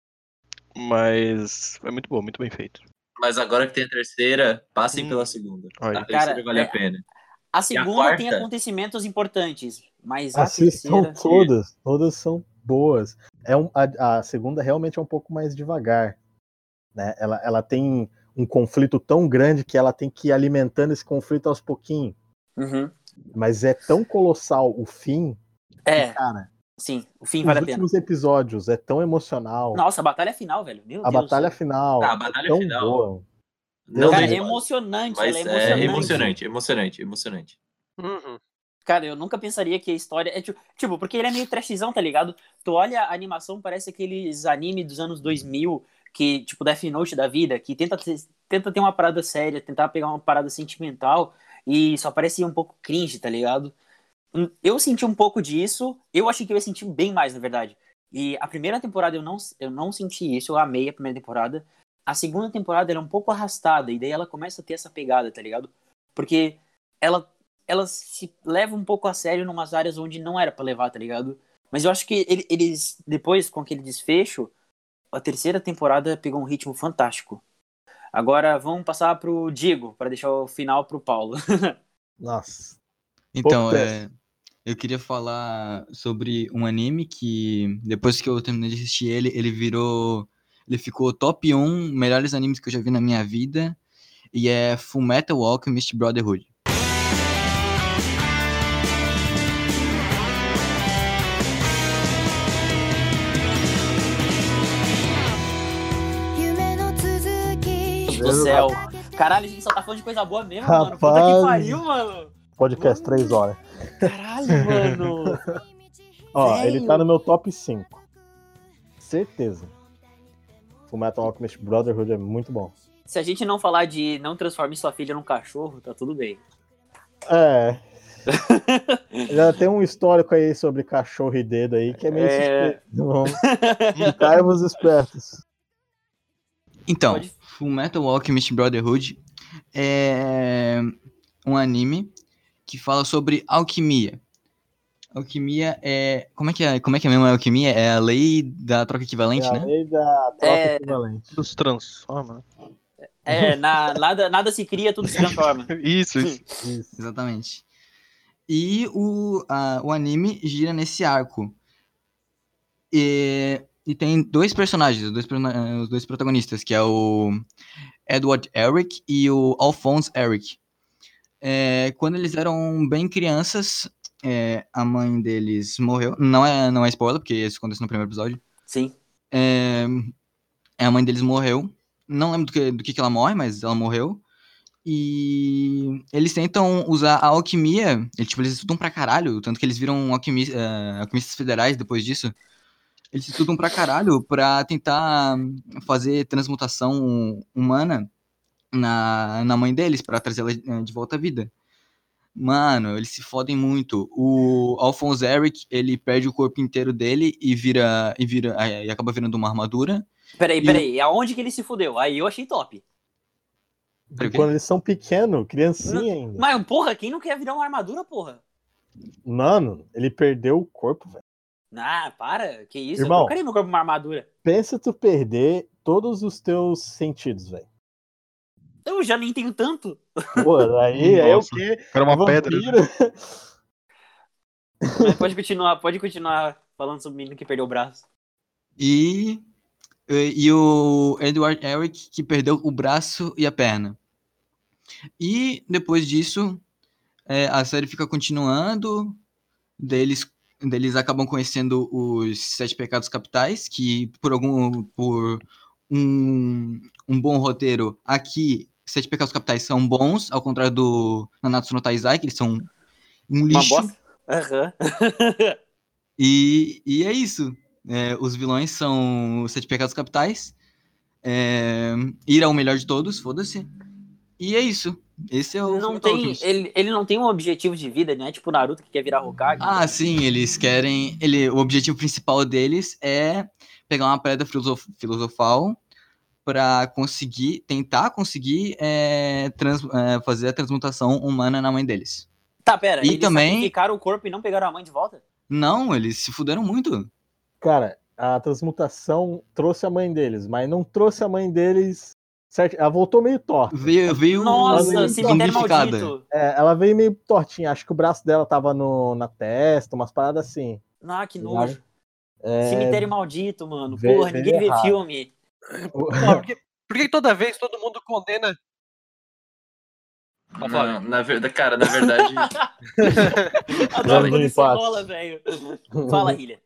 Mas é muito boa, muito bem feito. Mas agora que tem a terceira, passem Hum. pela segunda. Aí. A terceira Cara, vale é- a pena. A segunda quarta? tem acontecimentos importantes, mas a Assistam terceira... todas, todas são boas. É um, a, a segunda realmente é um pouco mais devagar, né? Ela, ela tem um conflito tão grande que ela tem que ir alimentando esse conflito aos pouquinhos. Uhum. Mas é tão colossal o fim, É, que, cara, sim, o fim os vale a pena. últimos episódios é tão emocional. Nossa, a batalha final, velho. Meu a Deus. batalha do céu. final Ah, a é batalha tão final. boa. Não Cara, tem é spoiler, emocionante, mas ela é é emocionante. emocionante, emocionante, emocionante. Uhum. Cara, eu nunca pensaria que a história é tipo, tipo, porque ele é meio trashzão, tá ligado? Tu olha a animação, parece aqueles anime dos anos dois mil, que, tipo, Death Note da vida, que tenta ter, tenta ter uma parada séria, tentar pegar uma parada sentimental, e só parece um pouco cringe, tá ligado? Hum, Eu senti um pouco disso, eu achei que eu ia sentir bem mais, na verdade. E a primeira temporada eu não, eu não senti isso, eu amei a primeira temporada. A segunda temporada ela é um pouco arrastada, e daí ela começa a ter essa pegada, tá ligado? Porque ela, ela se leva um pouco a sério em umas áreas onde não era pra levar, tá ligado? Mas eu acho que ele- eles, depois, com aquele desfecho, a terceira temporada pegou um ritmo fantástico. Agora vamos passar pro Diego, pra deixar o final pro Paulo. Nossa. Então, Pouco é, eu queria falar sobre um anime que, depois que eu terminei de assistir ele, ele virou Ele ficou top um melhores animes que eu já vi na minha vida. E é Fullmetal Alchemist Brotherhood. Deus do céu. Caralho, a gente só tá falando de coisa boa mesmo, mano. Puta que Rapaz. pariu, mano. Podcast três horas. Caralho, mano. Ó, Velho. ele tá no meu top cinco. Certeza. Fullmetal Alchemist Brotherhood é muito bom. Se a gente não falar de não transforme sua filha num cachorro, tá tudo bem. É. Já tem um histórico aí sobre cachorro e dedo aí que é meio É. suspeito. Vamos ficar-vos espertos. Então, Pode- Fullmetal Alchemist Brotherhood é um anime que fala sobre alquimia. Alquimia é... Como é que é, como é, que é mesmo a alquimia? É a lei da troca equivalente, É a né? lei da troca É. equivalente. Dos transforma. É, na, nada, nada se cria, tudo se transforma. Isso, isso. Isso. Exatamente. E o, a- o anime gira nesse arco. E, e tem dois personagens, os dois, persona- os dois protagonistas, que é o Edward Eric e o Alphonse Eric. É, quando eles eram bem crianças, é, a mãe deles morreu. Não é, não é spoiler, porque isso aconteceu no primeiro episódio. Sim. É, a mãe deles morreu. Não lembro do que, do que que ela morre, mas ela morreu. E eles tentam usar a alquimia. Eles, tipo, eles estudam pra caralho. Tanto que eles viram alquimi- eh, alquimistas federais depois disso. Eles estudam pra caralho pra tentar fazer transmutação humana na, na mãe deles, pra trazer ela eh, de volta à vida. Mano, eles se fodem muito. O Alphonse Eric, ele perde o corpo inteiro dele e vira e vira eh, e acaba virando uma armadura. Peraí, E peraí. Aonde que ele se fudeu? Aí eu achei top. Peraí, o quê? Quando eles são pequenos, criancinha ainda. Mas, porra, quem não quer virar uma armadura, porra? Mano, ele perdeu o corpo, velho. Ah, para. Que isso? Irmão. Eu trocaria meu corpo por uma armadura. Pensa tu perder todos os teus sentidos, velho. Eu já nem tenho tanto. Pô, aí é o Nossa, quê? Era uma Vampiro? pedra. Mas pode continuar, pode continuar falando sobre o menino que perdeu o braço. E, e o Edward Eric, que perdeu o braço e a perna. E depois disso, é, a série fica continuando. Deles, deles acabam conhecendo os Sete Pecados Capitais, que por algum por um, um bom roteiro, aqui, Sete Pecados Capitais são bons, ao contrário do Nanatsu no Taizai, que eles são um Uma lixo. bosta. Aham. E, e é isso. É, os vilões são os Sete Pecados Capitais. É, ir ao melhor de todos, foda-se. E é isso. Esse é o Não Fullmetal tem, Alchemist. ele, ele não tem um objetivo de vida, né? Tipo o Naruto que quer virar Hokage. Ah, sim, eles querem. Ele, o objetivo principal deles é pegar uma pedra filosof, filosofal para conseguir, tentar conseguir é, trans, é, fazer a transmutação humana na mãe deles. Tá, pera. E Eles também- sacrificaram o corpo e não pegaram a mãe de volta? Não, eles se fuderam muito. Cara, a transmutação trouxe a mãe deles, mas não trouxe a mãe deles. Certo? Ela voltou meio torta. Veio, veio Nossa, Sim, cemitério zombificada. maldito. É, ela veio meio tortinha. Acho que o braço dela tava no, na testa, umas paradas assim. Ah, que Sabe? nojo. É, Cemitério maldito, mano. vê- Porra, vê ninguém vê errado. filme. Pô, por, que, por que toda vez todo mundo condena. Ó, Flávio. Não, na verdade, cara, na verdade. Adoro Vamos quando em isso paz. rola, velho. Fala, Hilha.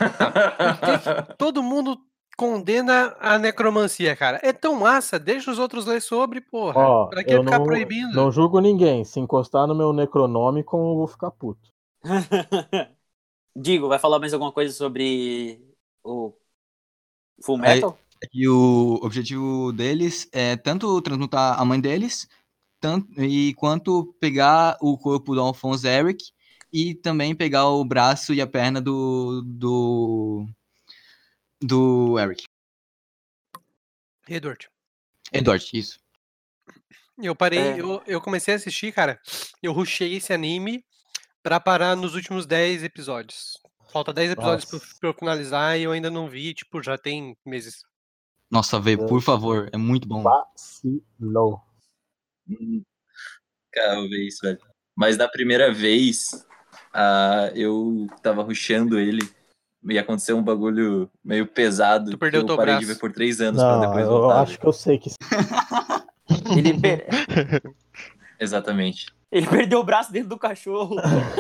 Todo mundo condena a necromancia, cara. É tão massa, deixa os outros ler sobre, porra. Ó, pra que eu ficar não, proibindo? não julgo ninguém. Se encostar no meu Necronômico, eu vou ficar puto. Digo, vai falar mais alguma coisa sobre o Full Aí- Metal? E o objetivo deles é tanto transmutar a mãe deles, tanto, e quanto pegar o corpo do Alphonse Eric e também pegar o braço e a perna do do, do Eric. Edward, Edward, isso. eu parei, É. eu, eu comecei a assistir, cara. Eu rushei esse anime pra parar nos últimos dez episódios. Falta dez episódios pra, Nossa. pra eu finalizar e eu ainda não vi, tipo, já tem meses. Nossa, velho, por favor, é muito bom. Vacilou. Hum, Cara, eu vou ver isso, velho. Mas na primeira vez, ah, eu tava rushando ele ia acontecer um bagulho meio pesado Tu perdeu que eu teu parei braço. de ver por três anos pra Não, depois eu voltar. acho que eu sei que Ele, per- Exatamente. ele perdeu o braço dentro do cachorro.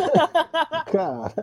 cara.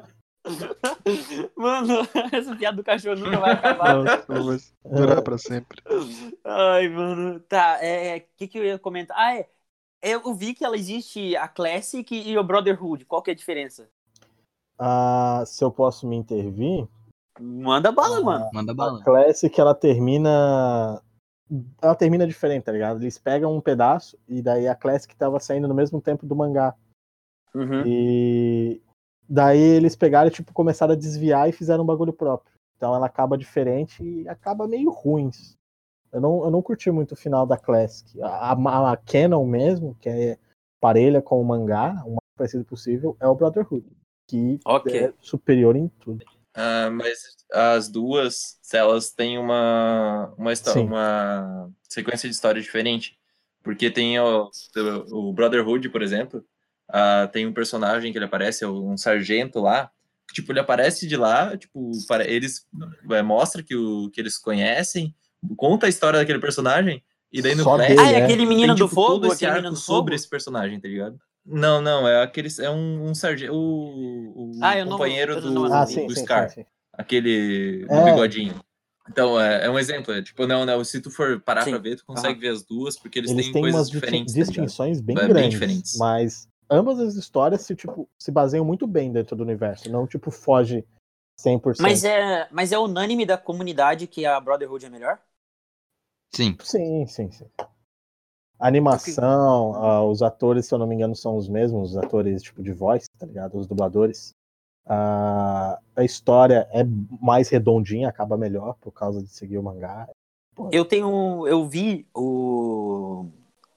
Mano, essa piada do cachorro nunca vai acabar. Nossa, vai durar pra sempre. Ai, mano. Tá, é. O que, que eu ia comentar? Ah, é. Eu vi que ela existe a Classic e o Brotherhood. Qual que é a diferença? Ah, se eu posso me intervir, Manda bala, mano. Manda a bala. Classic ela termina. Ela termina diferente, tá ligado? Eles pegam um pedaço e daí a Classic tava saindo no mesmo tempo do mangá. Uhum. E daí eles pegaram e tipo, começaram a desviar e fizeram um bagulho próprio. Então ela acaba diferente e acaba meio ruim. Eu não, eu não curti muito o final da Classic. A, a, a Canon mesmo, que é parelha com o mangá, o mais parecido possível, é o Brotherhood, que Ok. é superior em tudo. Ah, mas as duas, se elas têm uma, uma, histó- Sim. uma sequência de história diferente. Porque tem o, o Brotherhood, por exemplo, ah, tem um personagem que ele aparece, é um sargento lá, que, tipo, ele aparece de lá, tipo, para, eles é, mostra que, o, que eles conhecem, conta a história daquele personagem, e daí no Só Classic Ah, dele, é é. aquele menino tem, do tipo, todo fogo? esse Aquele menino arco do sobre fogo? esse personagem, tá ligado? Não, não, é aqueles, é um, um sargento, o, o Ah, eu não- companheiro eu do, não Ah, assisti. sim, do sim, Scar. sim, sim. Aquele do É. bigodinho. Então, é, é um exemplo. É, tipo, não, não, se tu for parar Sim. pra ver, tu consegue Aham. ver as duas, porque eles, Eles têm têm coisas umas distin- diferentes, tá ligado? distinções bem É, bem grandes, diferentes. mas ambas as histórias se, tipo, se baseiam muito bem dentro do universo, não tipo foge cem por cento. Mas é, mas é unânime da comunidade que a Brotherhood é melhor? Sim. Sim, sim, sim. A animação, ah, os atores, se eu não me engano, são os mesmos, os atores tipo de voz, tá ligado? Os dubladores. Ah, a história é mais redondinha, acaba melhor por causa de seguir o mangá. Eu tenho. Eu vi o.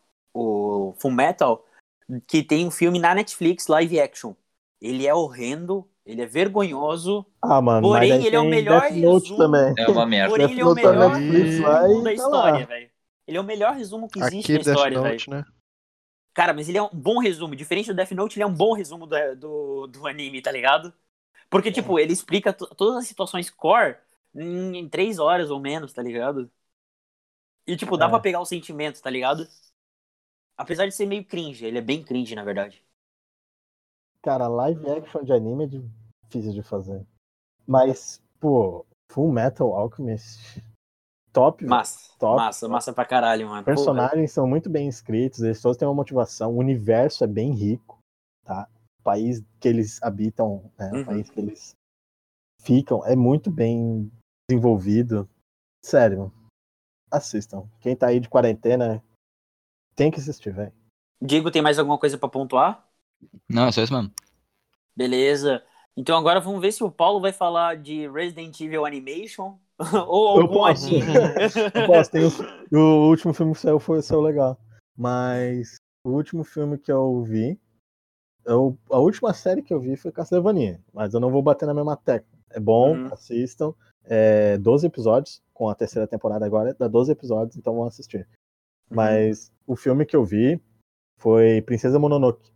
O Fullmetal, que tem um filme na Netflix, live action. Ele é horrendo, ele é vergonhoso, Ah, mano, porém mas daí ele é o tem melhor Death Note resumo. também. É uma merda. Porém, Death ele é o Note tá na melhor Netflix lá resumo e da tá história, lá. velho. Ele é o melhor resumo que existe Aqui, na Death história, velho. Note, né? Cara, mas ele é um bom resumo. Diferente do Death Note, ele é um bom resumo do, do, do anime, tá ligado? Porque, tipo, ele explica to- todas as situações core em, em três horas ou menos, tá ligado? E, tipo, dá É. pra pegar os sentimentos, tá ligado? Apesar de ser meio cringe, ele é bem cringe, na verdade. Cara, live action de anime é difícil de fazer. Mas, pô, Full Metal Alchemist, top, velho. Massa, Top, massa, top. massa pra caralho, mano. Os personagens são muito bem escritos, eles todos têm uma motivação, o universo é bem rico, tá? O país que eles habitam, né? Uhum. O país que eles ficam é muito bem desenvolvido. Sério, assistam. Quem tá aí de quarentena tem que assistir, velho. Diego, tem mais alguma coisa pra pontuar? Não, é só isso mesmo. Beleza. Então agora vamos ver se o Paulo vai falar de Resident Evil Animation ou Eu algum posso. anime. Eu posso, tem o, o último filme que saiu foi saiu legal. Mas o último filme que eu vi, eu, a última série que eu vi foi Castlevania, mas eu não vou bater na mesma tecla. É bom, Uhum. assistam. É doze episódios, com a terceira temporada agora, dá doze episódios, então vão assistir. Uhum. Mas o filme que eu vi foi Princesa Mononoke.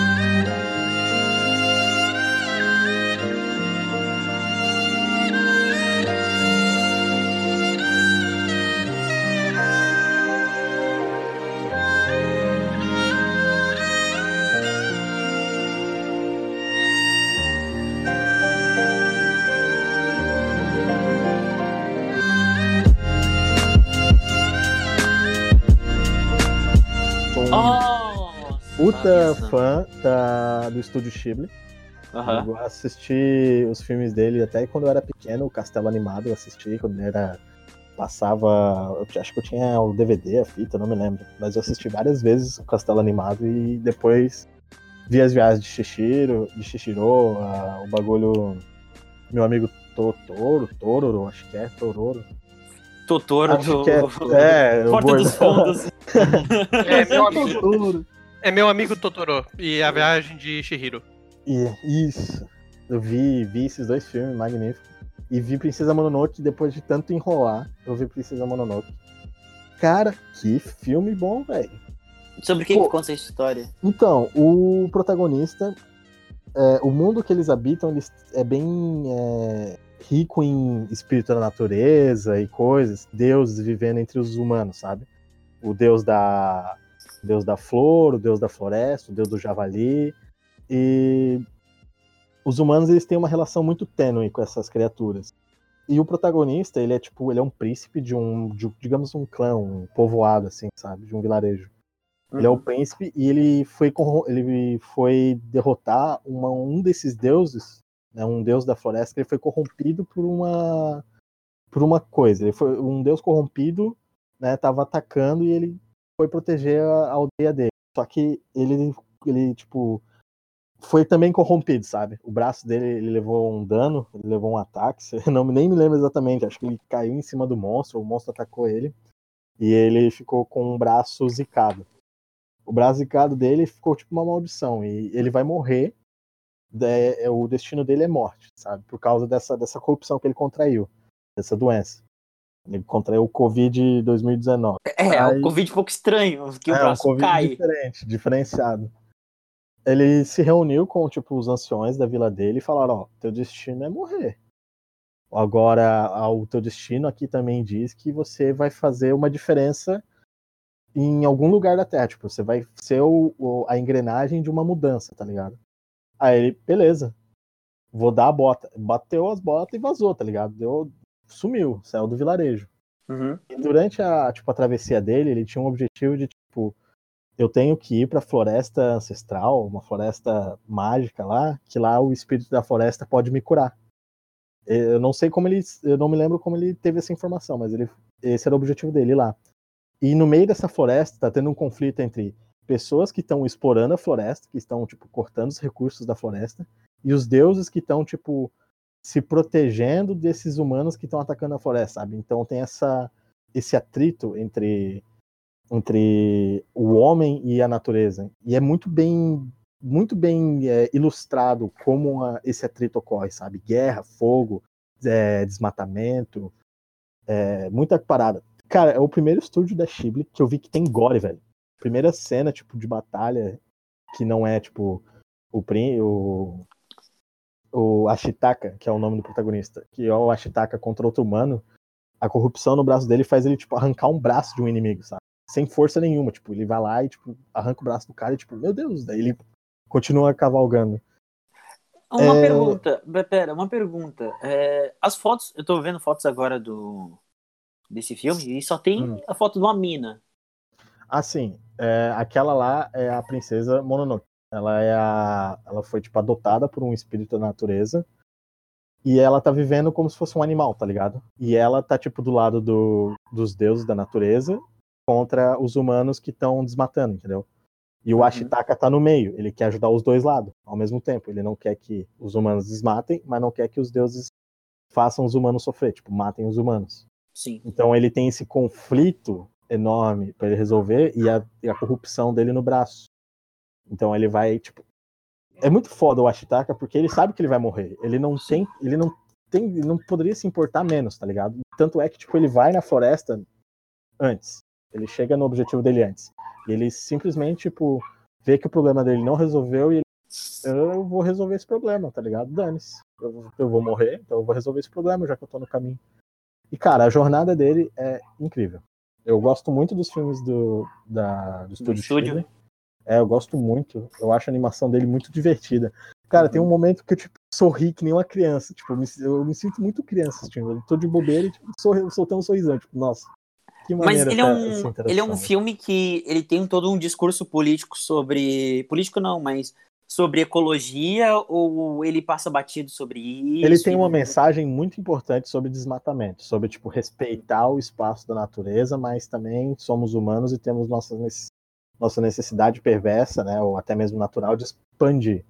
Sou um Nossa, puta cabeça. fã da, do estúdio Ghibli. Aham. Eu assisti os filmes dele até quando eu era pequeno, o Castelo Animado eu assisti, quando era. Passava. Eu acho que eu tinha o D V D, a fita, não me lembro. Mas eu assisti várias vezes o Castelo Animado e depois vi as viagens de Shishiro, de Shishiro, a- o bagulho. Meu amigo Totoro, Tororo, acho que é Tororo. Totoro Acho do... que é, é, o Porta gordo. dos Fundos. É meu amigo, Totoro. é meu amigo Totoro e a viagem de Shihiro. E, isso. Eu vi, vi esses dois filmes magníficos. E vi Princesa Mononoke depois de tanto enrolar. Eu vi Princesa Mononoke. Cara, que filme bom, velho. Sobre quem Pô. que conta essa história? Então, o protagonista, é, o mundo que eles habitam eles, é bem é, rico em espírito da natureza e coisas, deuses vivendo entre os humanos, sabe? O deus da, o deus da flor, o deus da floresta, o deus do javali. E os humanos eles têm uma relação muito tênue com essas criaturas. E o protagonista, ele é tipo, ele é um príncipe de um, de, digamos, um clã, um povoado, assim, sabe? De um vilarejo. Uhum. Ele é o príncipe e ele foi, ele foi derrotar uma, um desses deuses, né, um deus da floresta, que ele foi corrompido por uma, por uma coisa. Ele foi um deus corrompido, né, tava atacando e ele foi proteger a, a aldeia dele. Só que ele, ele, tipo... foi também corrompido, sabe? O braço dele, ele levou um dano, ele levou um ataque, eu não, nem me lembro exatamente, acho que ele caiu em cima do monstro, o monstro atacou ele, e ele ficou com um braço zicado. O braço zicado dele ficou tipo uma maldição, e ele vai morrer, é, o destino dele é morte, sabe? Por causa dessa, dessa corrupção que ele contraiu, dessa doença. Ele contraiu o Covid dois mil e dezenove. É, Aí, um Covid um pouco estranho, que o é, braço um COVID cai. diferente, diferenciado. Ele se reuniu com, tipo, os anciões da vila dele e falaram, ó, teu destino é morrer. Agora, o teu destino aqui também diz que você vai fazer uma diferença em algum lugar da Terra. Tipo, você vai ser o, o, a engrenagem de uma mudança, tá ligado? Aí ele, beleza, vou dar a bota. Bateu as botas e vazou, tá ligado? Deu, sumiu, saiu do vilarejo. Uhum. E durante a, tipo, a travessia dele, ele tinha um objetivo de, tipo... eu tenho que ir para a floresta ancestral, uma floresta mágica lá, que lá o espírito da floresta pode me curar. Eu não sei como ele, eu não me lembro como ele teve essa informação, mas ele, esse era o objetivo dele lá. E no meio dessa floresta tá tendo um conflito entre pessoas que estão explorando a floresta, que estão tipo cortando os recursos da floresta, e os deuses que estão tipo se protegendo desses humanos que estão atacando a floresta, sabe? Então tem essa esse atrito entre entre o homem e a natureza. E é muito bem, muito bem é, ilustrado como a, esse atrito ocorre, sabe? Guerra, fogo, é, desmatamento, é, muita parada. Cara, é o primeiro estúdio da Ghibli que eu vi que tem gore, velho. Primeira cena, tipo, de batalha, que não é, tipo, o, o, o Ashitaka, que é o nome do protagonista, que é o Ashitaka contra outro humano, a corrupção no braço dele faz ele, tipo, arrancar um braço de um inimigo, sabe? Sem força nenhuma, tipo, ele vai lá e, tipo, arranca o braço do cara e, tipo, meu Deus, daí ele continua cavalgando. Uma é... pergunta, pera, uma pergunta. É, as fotos, eu tô vendo fotos agora do desse filme e só tem hum. a foto de uma mina. Ah, sim. É, aquela lá é a princesa Mononoke. Ela é a, ela foi, tipo, adotada por um espírito da natureza e ela tá vivendo como se fosse um animal, tá ligado? E ela tá, tipo, do lado do, dos deuses da natureza contra os humanos que estão desmatando, entendeu? E o uhum. Ashitaka tá no meio, ele quer ajudar os dois lados ao mesmo tempo. Ele não quer que os humanos desmatem, mas não quer que os deuses façam os humanos sofrer, tipo, matem os humanos. Sim. Então ele tem esse conflito enorme para ele resolver e a, e a corrupção dele no braço. Então ele vai, tipo... é muito foda o Ashitaka porque ele sabe que ele vai morrer. Ele não tem... Ele não tem... Ele não poderia se importar menos, tá ligado? Tanto é que, tipo, ele vai na floresta antes. Ele chega no objetivo dele antes. E ele simplesmente, tipo, vê que o problema dele não resolveu e ele, eu vou resolver esse problema, tá ligado? Dane-se. Eu, eu vou morrer, então eu vou resolver esse problema, já que eu tô no caminho. E, cara, a jornada dele é incrível. Eu gosto muito dos filmes do, da, do Estúdio Ghibli. É, eu gosto muito. Eu acho a animação dele muito divertida. Cara, uhum. tem um momento que eu, tipo, sorri que nem uma criança. Tipo, eu me, eu me sinto muito criança assistindo. Eu tô de bobeira e, tipo, sorri, soltando um sorrisão. Tipo, nossa. Mas ele é, um, ele é um filme que ele tem todo um discurso político sobre... Político não, mas sobre ecologia, ou ele passa batido sobre isso? Ele tem uma mensagem muito importante sobre desmatamento, sobre, tipo, respeitar o espaço da natureza, mas também somos humanos e temos nossa, nossa necessidade perversa, né, ou até mesmo natural, de expandir.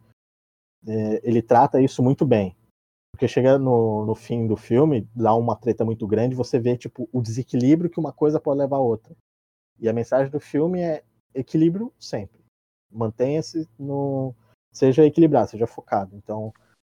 É, ele trata isso muito bem. Porque chega no, no fim do filme, dá uma treta muito grande, você vê, tipo, o desequilíbrio que uma coisa pode levar a outra. E a mensagem do filme é equilíbrio sempre. Mantenha-se no... Seja equilibrado, seja focado. Então,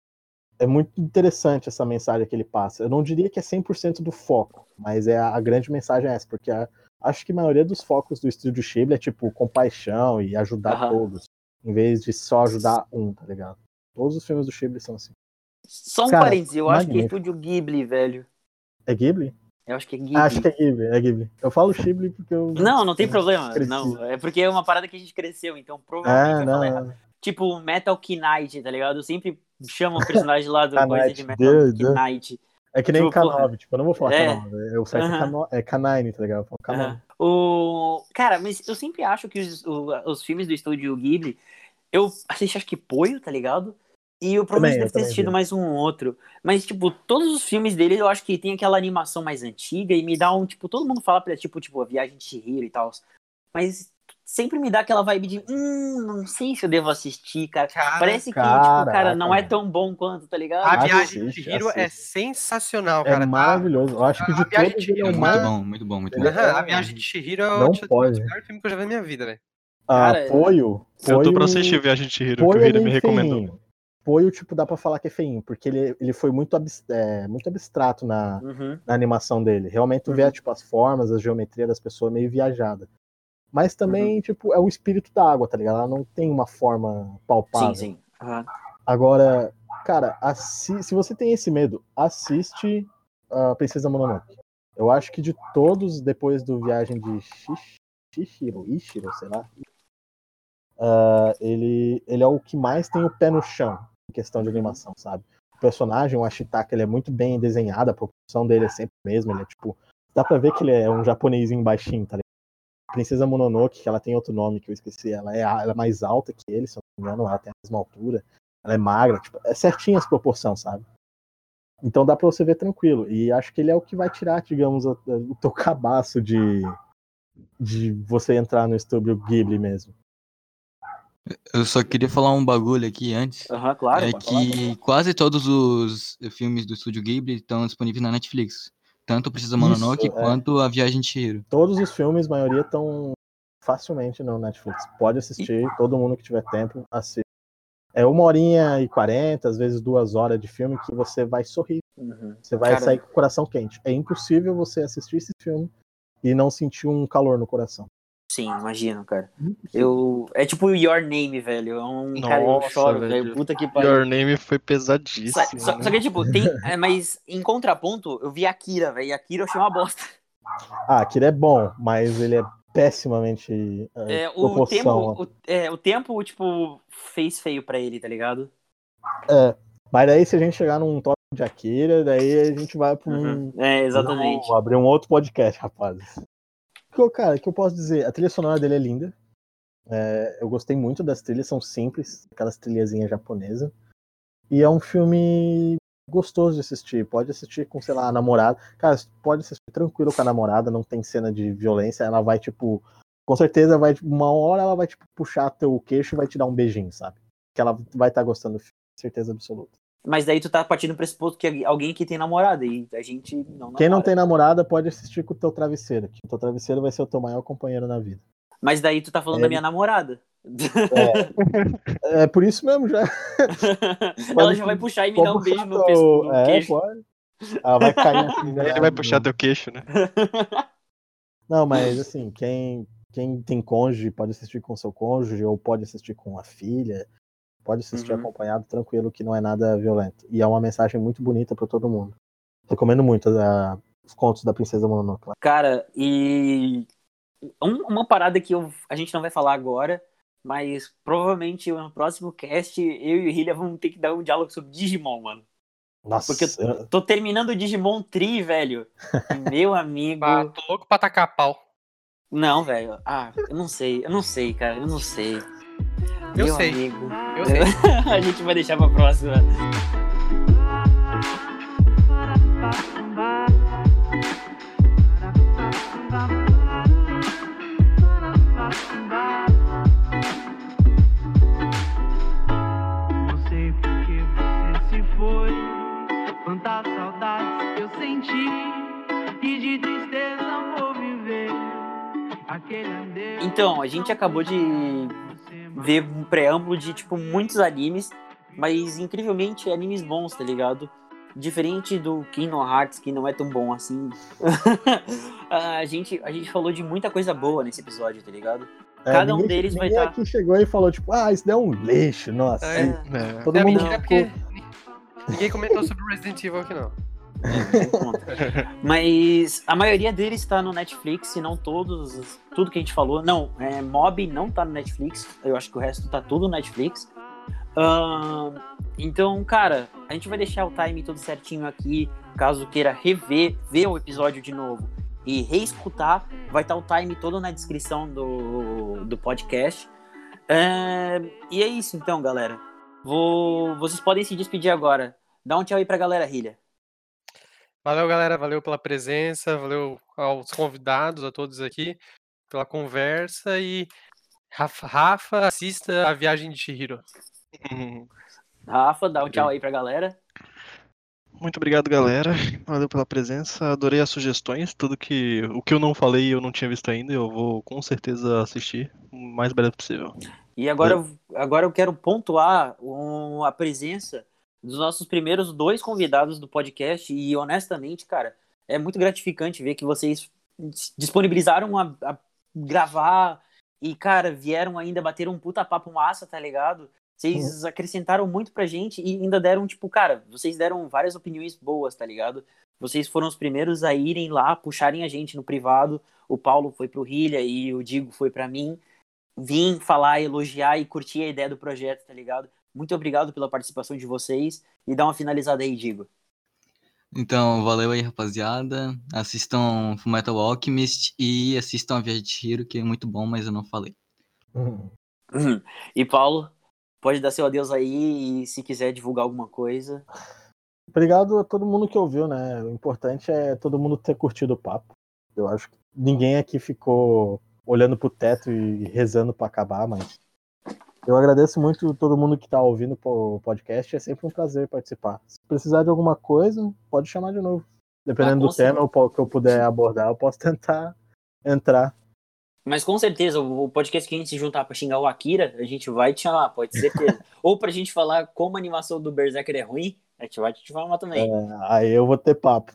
é muito interessante essa mensagem que ele passa. Eu não diria que é cem por cento do foco, mas é a, a grande mensagem é essa, porque a, acho que a maioria dos focos do Estúdio Ghibli é, tipo, compaixão e ajudar uhum. todos, em vez de só ajudar um, tá ligado? Todos os filmes do Ghibli são assim. Só um Cara, parênteses, eu acho que é magnífico. Estúdio Ghibli, velho. É Ghibli? Eu acho que é Ghibli. Ah, acho que é Ghibli, é Ghibli. Eu falo Ghibli porque eu... Não, não tem eu problema. cresci. Não, é porque é uma parada que a gente cresceu, então provavelmente Ah, vai falar errado. não. Tipo, Metal Knight, tá ligado? Eu sempre chamo o personagem lá do coisa Knight, de Metal Deus, Deus. Knight. É que nem Tipo, K nove, tipo, eu não vou falar é. K nove. É, o certo Aham. é, K nove, é K nove, tá ligado? Eu falo K nove. Aham. O... Cara, mas eu sempre acho que os, o- os filmes do Estúdio Ghibli, eu assisti acho que Poio, tá ligado? E eu provavelmente Também, eu deve ter também assistido vi. mais um outro. Mas, tipo, todos os filmes dele eu acho que tem aquela animação mais antiga e me dá um, tipo, todo mundo fala pra tipo, tipo, a Viagem de Chihiro e tal. Mas sempre me dá aquela vibe de, hum, não sei se eu devo assistir, cara. Cara, Parece que, caraca, tipo, cara, não é mano. tão bom quanto, tá ligado? A Assiste, Viagem de Chihiro é assiste. sensacional, É cara. Tá? maravilhoso. Eu acho que de A Viagem todos de ele é o É Chihiro, muito mais... bom, muito bom, muito Ele bom. Aham, é- a Viagem de Chihiro é o Não tipo, pode. o melhor filme que eu já vi na minha vida, velho. Ah, Cara, Poio... Eu tô pra Poio- assistir Viagem de Chihiro, que o Poio é Hiro me meio recomendou. feinho. Poio, tipo, dá pra falar que é feinho, porque ele, ele foi muito, abs- é, muito abstrato na, uhum. na animação dele. Realmente tu vê, Uhum. tipo, as formas, a geometria das pessoas meio viajada. Mas também, Uhum. tipo, é o espírito da água, tá ligado? Ela não tem uma forma palpável. Sim, sim. Aham. Agora, cara, assi- se você tem esse medo, assiste a Princesa Mononoke. Eu acho que de todos, depois do Viagem de Shish- Shihiro, Ishiro, sei lá, ah, ele, ele é o que mais tem o pé no chão em questão de Uhum. animação, sabe? O personagem, o Ashitaka, ele é muito bem desenhado, a proporção dele é sempre a mesma, ele é tipo... Dá pra ver que ele é um japonesinho baixinho, tá ligado? Princesa Mononoke, que ela tem outro nome que eu esqueci, ela é, ela é mais alta que ele, se eu não me engano, ela tem a mesma altura, ela é magra, tipo, é certinho as proporções, sabe? Então dá pra você ver tranquilo, e acho que ele é o que vai tirar, digamos, o, o teu cabaço de, de você entrar no estúdio Ghibli mesmo. Eu só queria falar um bagulho aqui antes. Aham, claro. É pode falar. que quase todos os filmes do Estúdio Ghibli estão disponíveis na Netflix. Tanto o Princesa Mononoke Isso, é. quanto a Viagem de Chihiro. Todos os filmes, a maioria, estão facilmente no Netflix. Pode assistir, todo mundo que tiver tempo, assiste. É uma horinha e quarenta, às vezes duas horas de filme que você vai sorrir. Uhum. Você vai Cara, sair com o coração quente. É impossível você assistir esse filme e não sentir um calor no coração. sim, imagino, cara. Eu... É tipo Your Name, velho. É um... cara, eu Nossa, choro, velho. velho. Puta que pariu. Your Name foi Só, pesadíssimo. só, né? só que, tipo, tem... é, mas em contraponto, eu vi Akira, velho. E Akira eu achei uma bosta. Ah, aquele é bom, mas ele é pessimamente é, É, o proporção. tempo, o, é, o tempo, tipo, fez feio pra ele, tá ligado? É, mas daí se a gente chegar num tópico de Akira, daí a gente vai pra um... Uhum. É, exatamente. Vou abrir um outro podcast, rapazes. O que eu, cara, o que eu posso dizer? A trilha sonora dele é linda. É, eu gostei muito das trilhas, são simples, aquelas trilhazinhas japonesas. E é um filme gostoso de assistir. Pode assistir com, sei lá, a namorada. Cara, pode assistir tranquilo com a namorada, não tem cena de violência. Ela vai, tipo, com certeza, vai, uma hora ela vai, tipo, puxar teu queixo e vai te dar um beijinho, sabe? Que ela vai estar gostando do filme, certeza absoluta. Mas daí tu tá partindo do pressuposto que alguém que tem namorada e a gente não namora. Quem não tem namorada pode assistir com o teu travesseiro. Que o teu travesseiro vai ser o teu maior companheiro na vida. Mas daí tu tá falando É. da minha namorada. É, é por isso mesmo, já. Ela já vai puxar e me Pode dar um beijo puxar no, teu- pesco, no é, queixo. pode. Ela vai cair assim. Ele vai puxar teu queixo, né? Não, mas assim, quem, quem tem cônjuge pode assistir com seu cônjuge ou pode assistir com a filha. Pode assistir Uhum. acompanhado, tranquilo, que não é nada violento. E é uma mensagem muito bonita pra todo mundo. Recomendo muito a- os contos da Princesa Mononoke. Cara, e um- uma parada que eu- a gente não vai falar agora, mas provavelmente no próximo cast eu e o Hillia vamos ter que dar um diálogo sobre Digimon, mano. Nossa, Porque eu eu- tô terminando o Digimon Tri, velho. E, meu amigo. Ah, tô louco pra tacar pau. Não, velho. Ah, eu não sei, eu não sei, cara, eu não sei. Eu Meu sei. amigo. Eu sei. A gente vai deixar pra próxima. Não sei por que você se foi. Quantas saudades eu senti. E de tristeza vou viver. Aquele adeus. Então, a gente acabou de ver um preâmbulo de, tipo, muitos animes, mas incrivelmente animes bons, tá ligado? diferente do Kingdom Hearts, que não é tão bom assim, a, gente, a gente falou de muita coisa boa nesse episódio, tá ligado? É, Cada um ninguém, deles vai ninguém estar... aqui chegou e falou, tipo, ah, isso daí é um lixo, nossa. É. É. Todo É, mundo mentira, ficou... porque ninguém comentou sobre Resident Evil aqui, não. Mas a maioria deles tá no Netflix, se não todos, tudo que a gente falou. Não, é, Mob não tá no Netflix, eu acho que o resto tá tudo no Netflix. Ahn, então, cara, a gente vai deixar o time todo certinho aqui, caso queira rever, ver o episódio de novo e reescutar, vai estar o time todo na descrição do, do podcast. É, e é isso então, galera. Vou, vocês podem se despedir agora. Dá um tchau aí pra galera, Hilha. Valeu, galera. Valeu pela presença. Valeu aos convidados, a todos aqui, pela conversa. E Rafa, Rafa, assista A Viagem de Chihiro. Rafa, dá um tchau aí pra galera. Muito obrigado, galera. Valeu pela presença. Adorei as sugestões. Tudo que o que eu não falei eu não tinha visto ainda. Eu vou com certeza assistir o mais breve possível. E agora, eu- agora eu quero pontuar um- a presença dos nossos primeiros dois convidados do podcast. E honestamente, cara, é muito gratificante ver que vocês disponibilizaram a, a gravar e, cara, vieram ainda bater um puta papo massa, tá ligado? Vocês acrescentaram muito pra gente e ainda deram, tipo, cara, vocês deram várias opiniões boas, tá ligado? Vocês foram os primeiros a irem lá, puxarem a gente no privado. O Paulo foi pro Hilha e o Digo foi pra mim. Vim falar, elogiar e curtir a ideia do projeto, tá ligado? Muito obrigado pela participação de vocês. E dá uma finalizada aí, Digo. Então, valeu aí, rapaziada. Assistam Fullmetal Alchemist e assistam A Viagem de Chihiro, que é muito bom, mas eu não falei. Uhum. E Paulo, pode dar seu adeus aí e se quiser divulgar alguma coisa. Obrigado a todo mundo que ouviu, né? O importante é todo mundo ter curtido o papo. Eu acho que ninguém aqui ficou olhando pro teto e rezando pra acabar, mas eu agradeço muito todo mundo que tá ouvindo o podcast. É sempre um prazer participar. Se precisar de alguma coisa, pode chamar de novo. Dependendo Ah, do com tema eu- que eu puder abordar, eu posso tentar entrar. Mas com certeza, o podcast que a gente se juntar pra xingar o Akira, a gente vai te chamar, pode ter certeza. Ou pra gente falar como a animação do Berserker é ruim, a gente vai te chamar também. É, aí eu vou ter papo.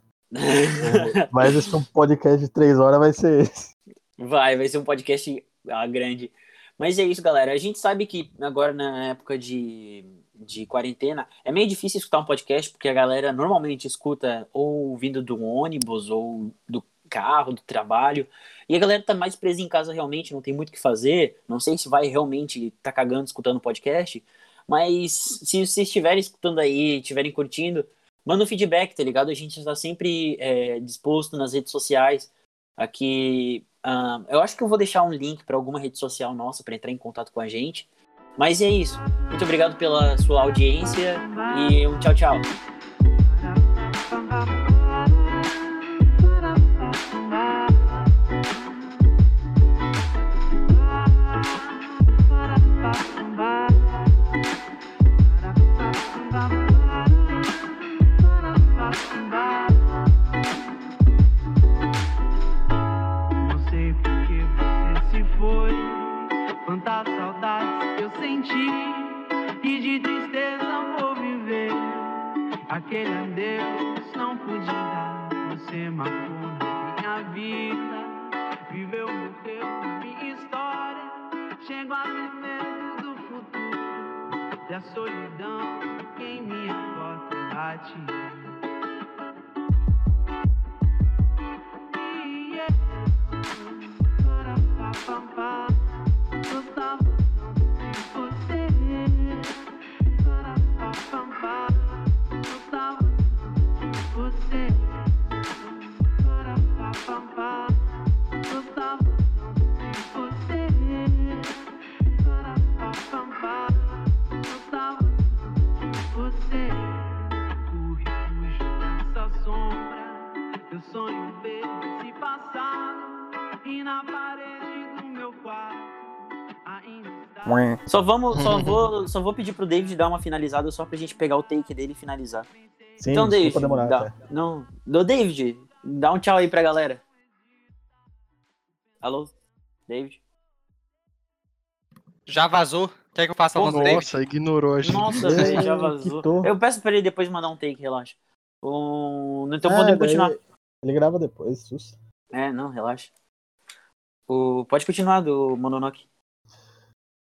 Mas esse um podcast de três horas vai ser esse. Vai, vai ser um podcast ah, grande. Mas é isso, galera. A gente sabe que agora na época de, de quarentena é meio difícil escutar um podcast, porque a galera normalmente escuta ou vindo do ônibus ou do carro, do trabalho. E a galera tá mais presa em casa realmente, não tem muito o que fazer. Não sei se vai realmente tá cagando escutando podcast. Mas se vocês estiverem escutando aí, estiverem curtindo, manda um feedback, tá ligado? A gente está sempre é, disposto nas redes sociais. Aqui, ah, eu acho que eu vou deixar um link para alguma rede social nossa para entrar em contato com a gente. Mas é isso. Muito obrigado pela sua audiência e um tchau, tchau. Não sei por que você se foi. Quantas saudades eu senti e de tristeza vou viver. Aquele adeus não pude dar. Você marcou na minha vida. Viveu, morreu na minha história. Chego a ter medo do futuro. E a solidão que em minha porta bate. Eu sonho ver esse passado e na parede do meu quarto ainda está. Só vamos, só vou, só vou pedir pro David dar uma finalizada só pra gente pegar o take dele e finalizar. Sim, Então, David, desculpa demorar, dá, tá? não, do David, dá um tchau aí pra galera. Alô, David? Já vazou? Quer que eu faça a voz do David? Nossa, ignorou a gente. Nossa, velho, já vazou. quitou. Eu peço pra ele depois mandar um take, relaxa. O... Então Ah, podemos daí continuar. Ele grava depois, sus. É, não, relaxa. O... Pode continuar do Mononoke.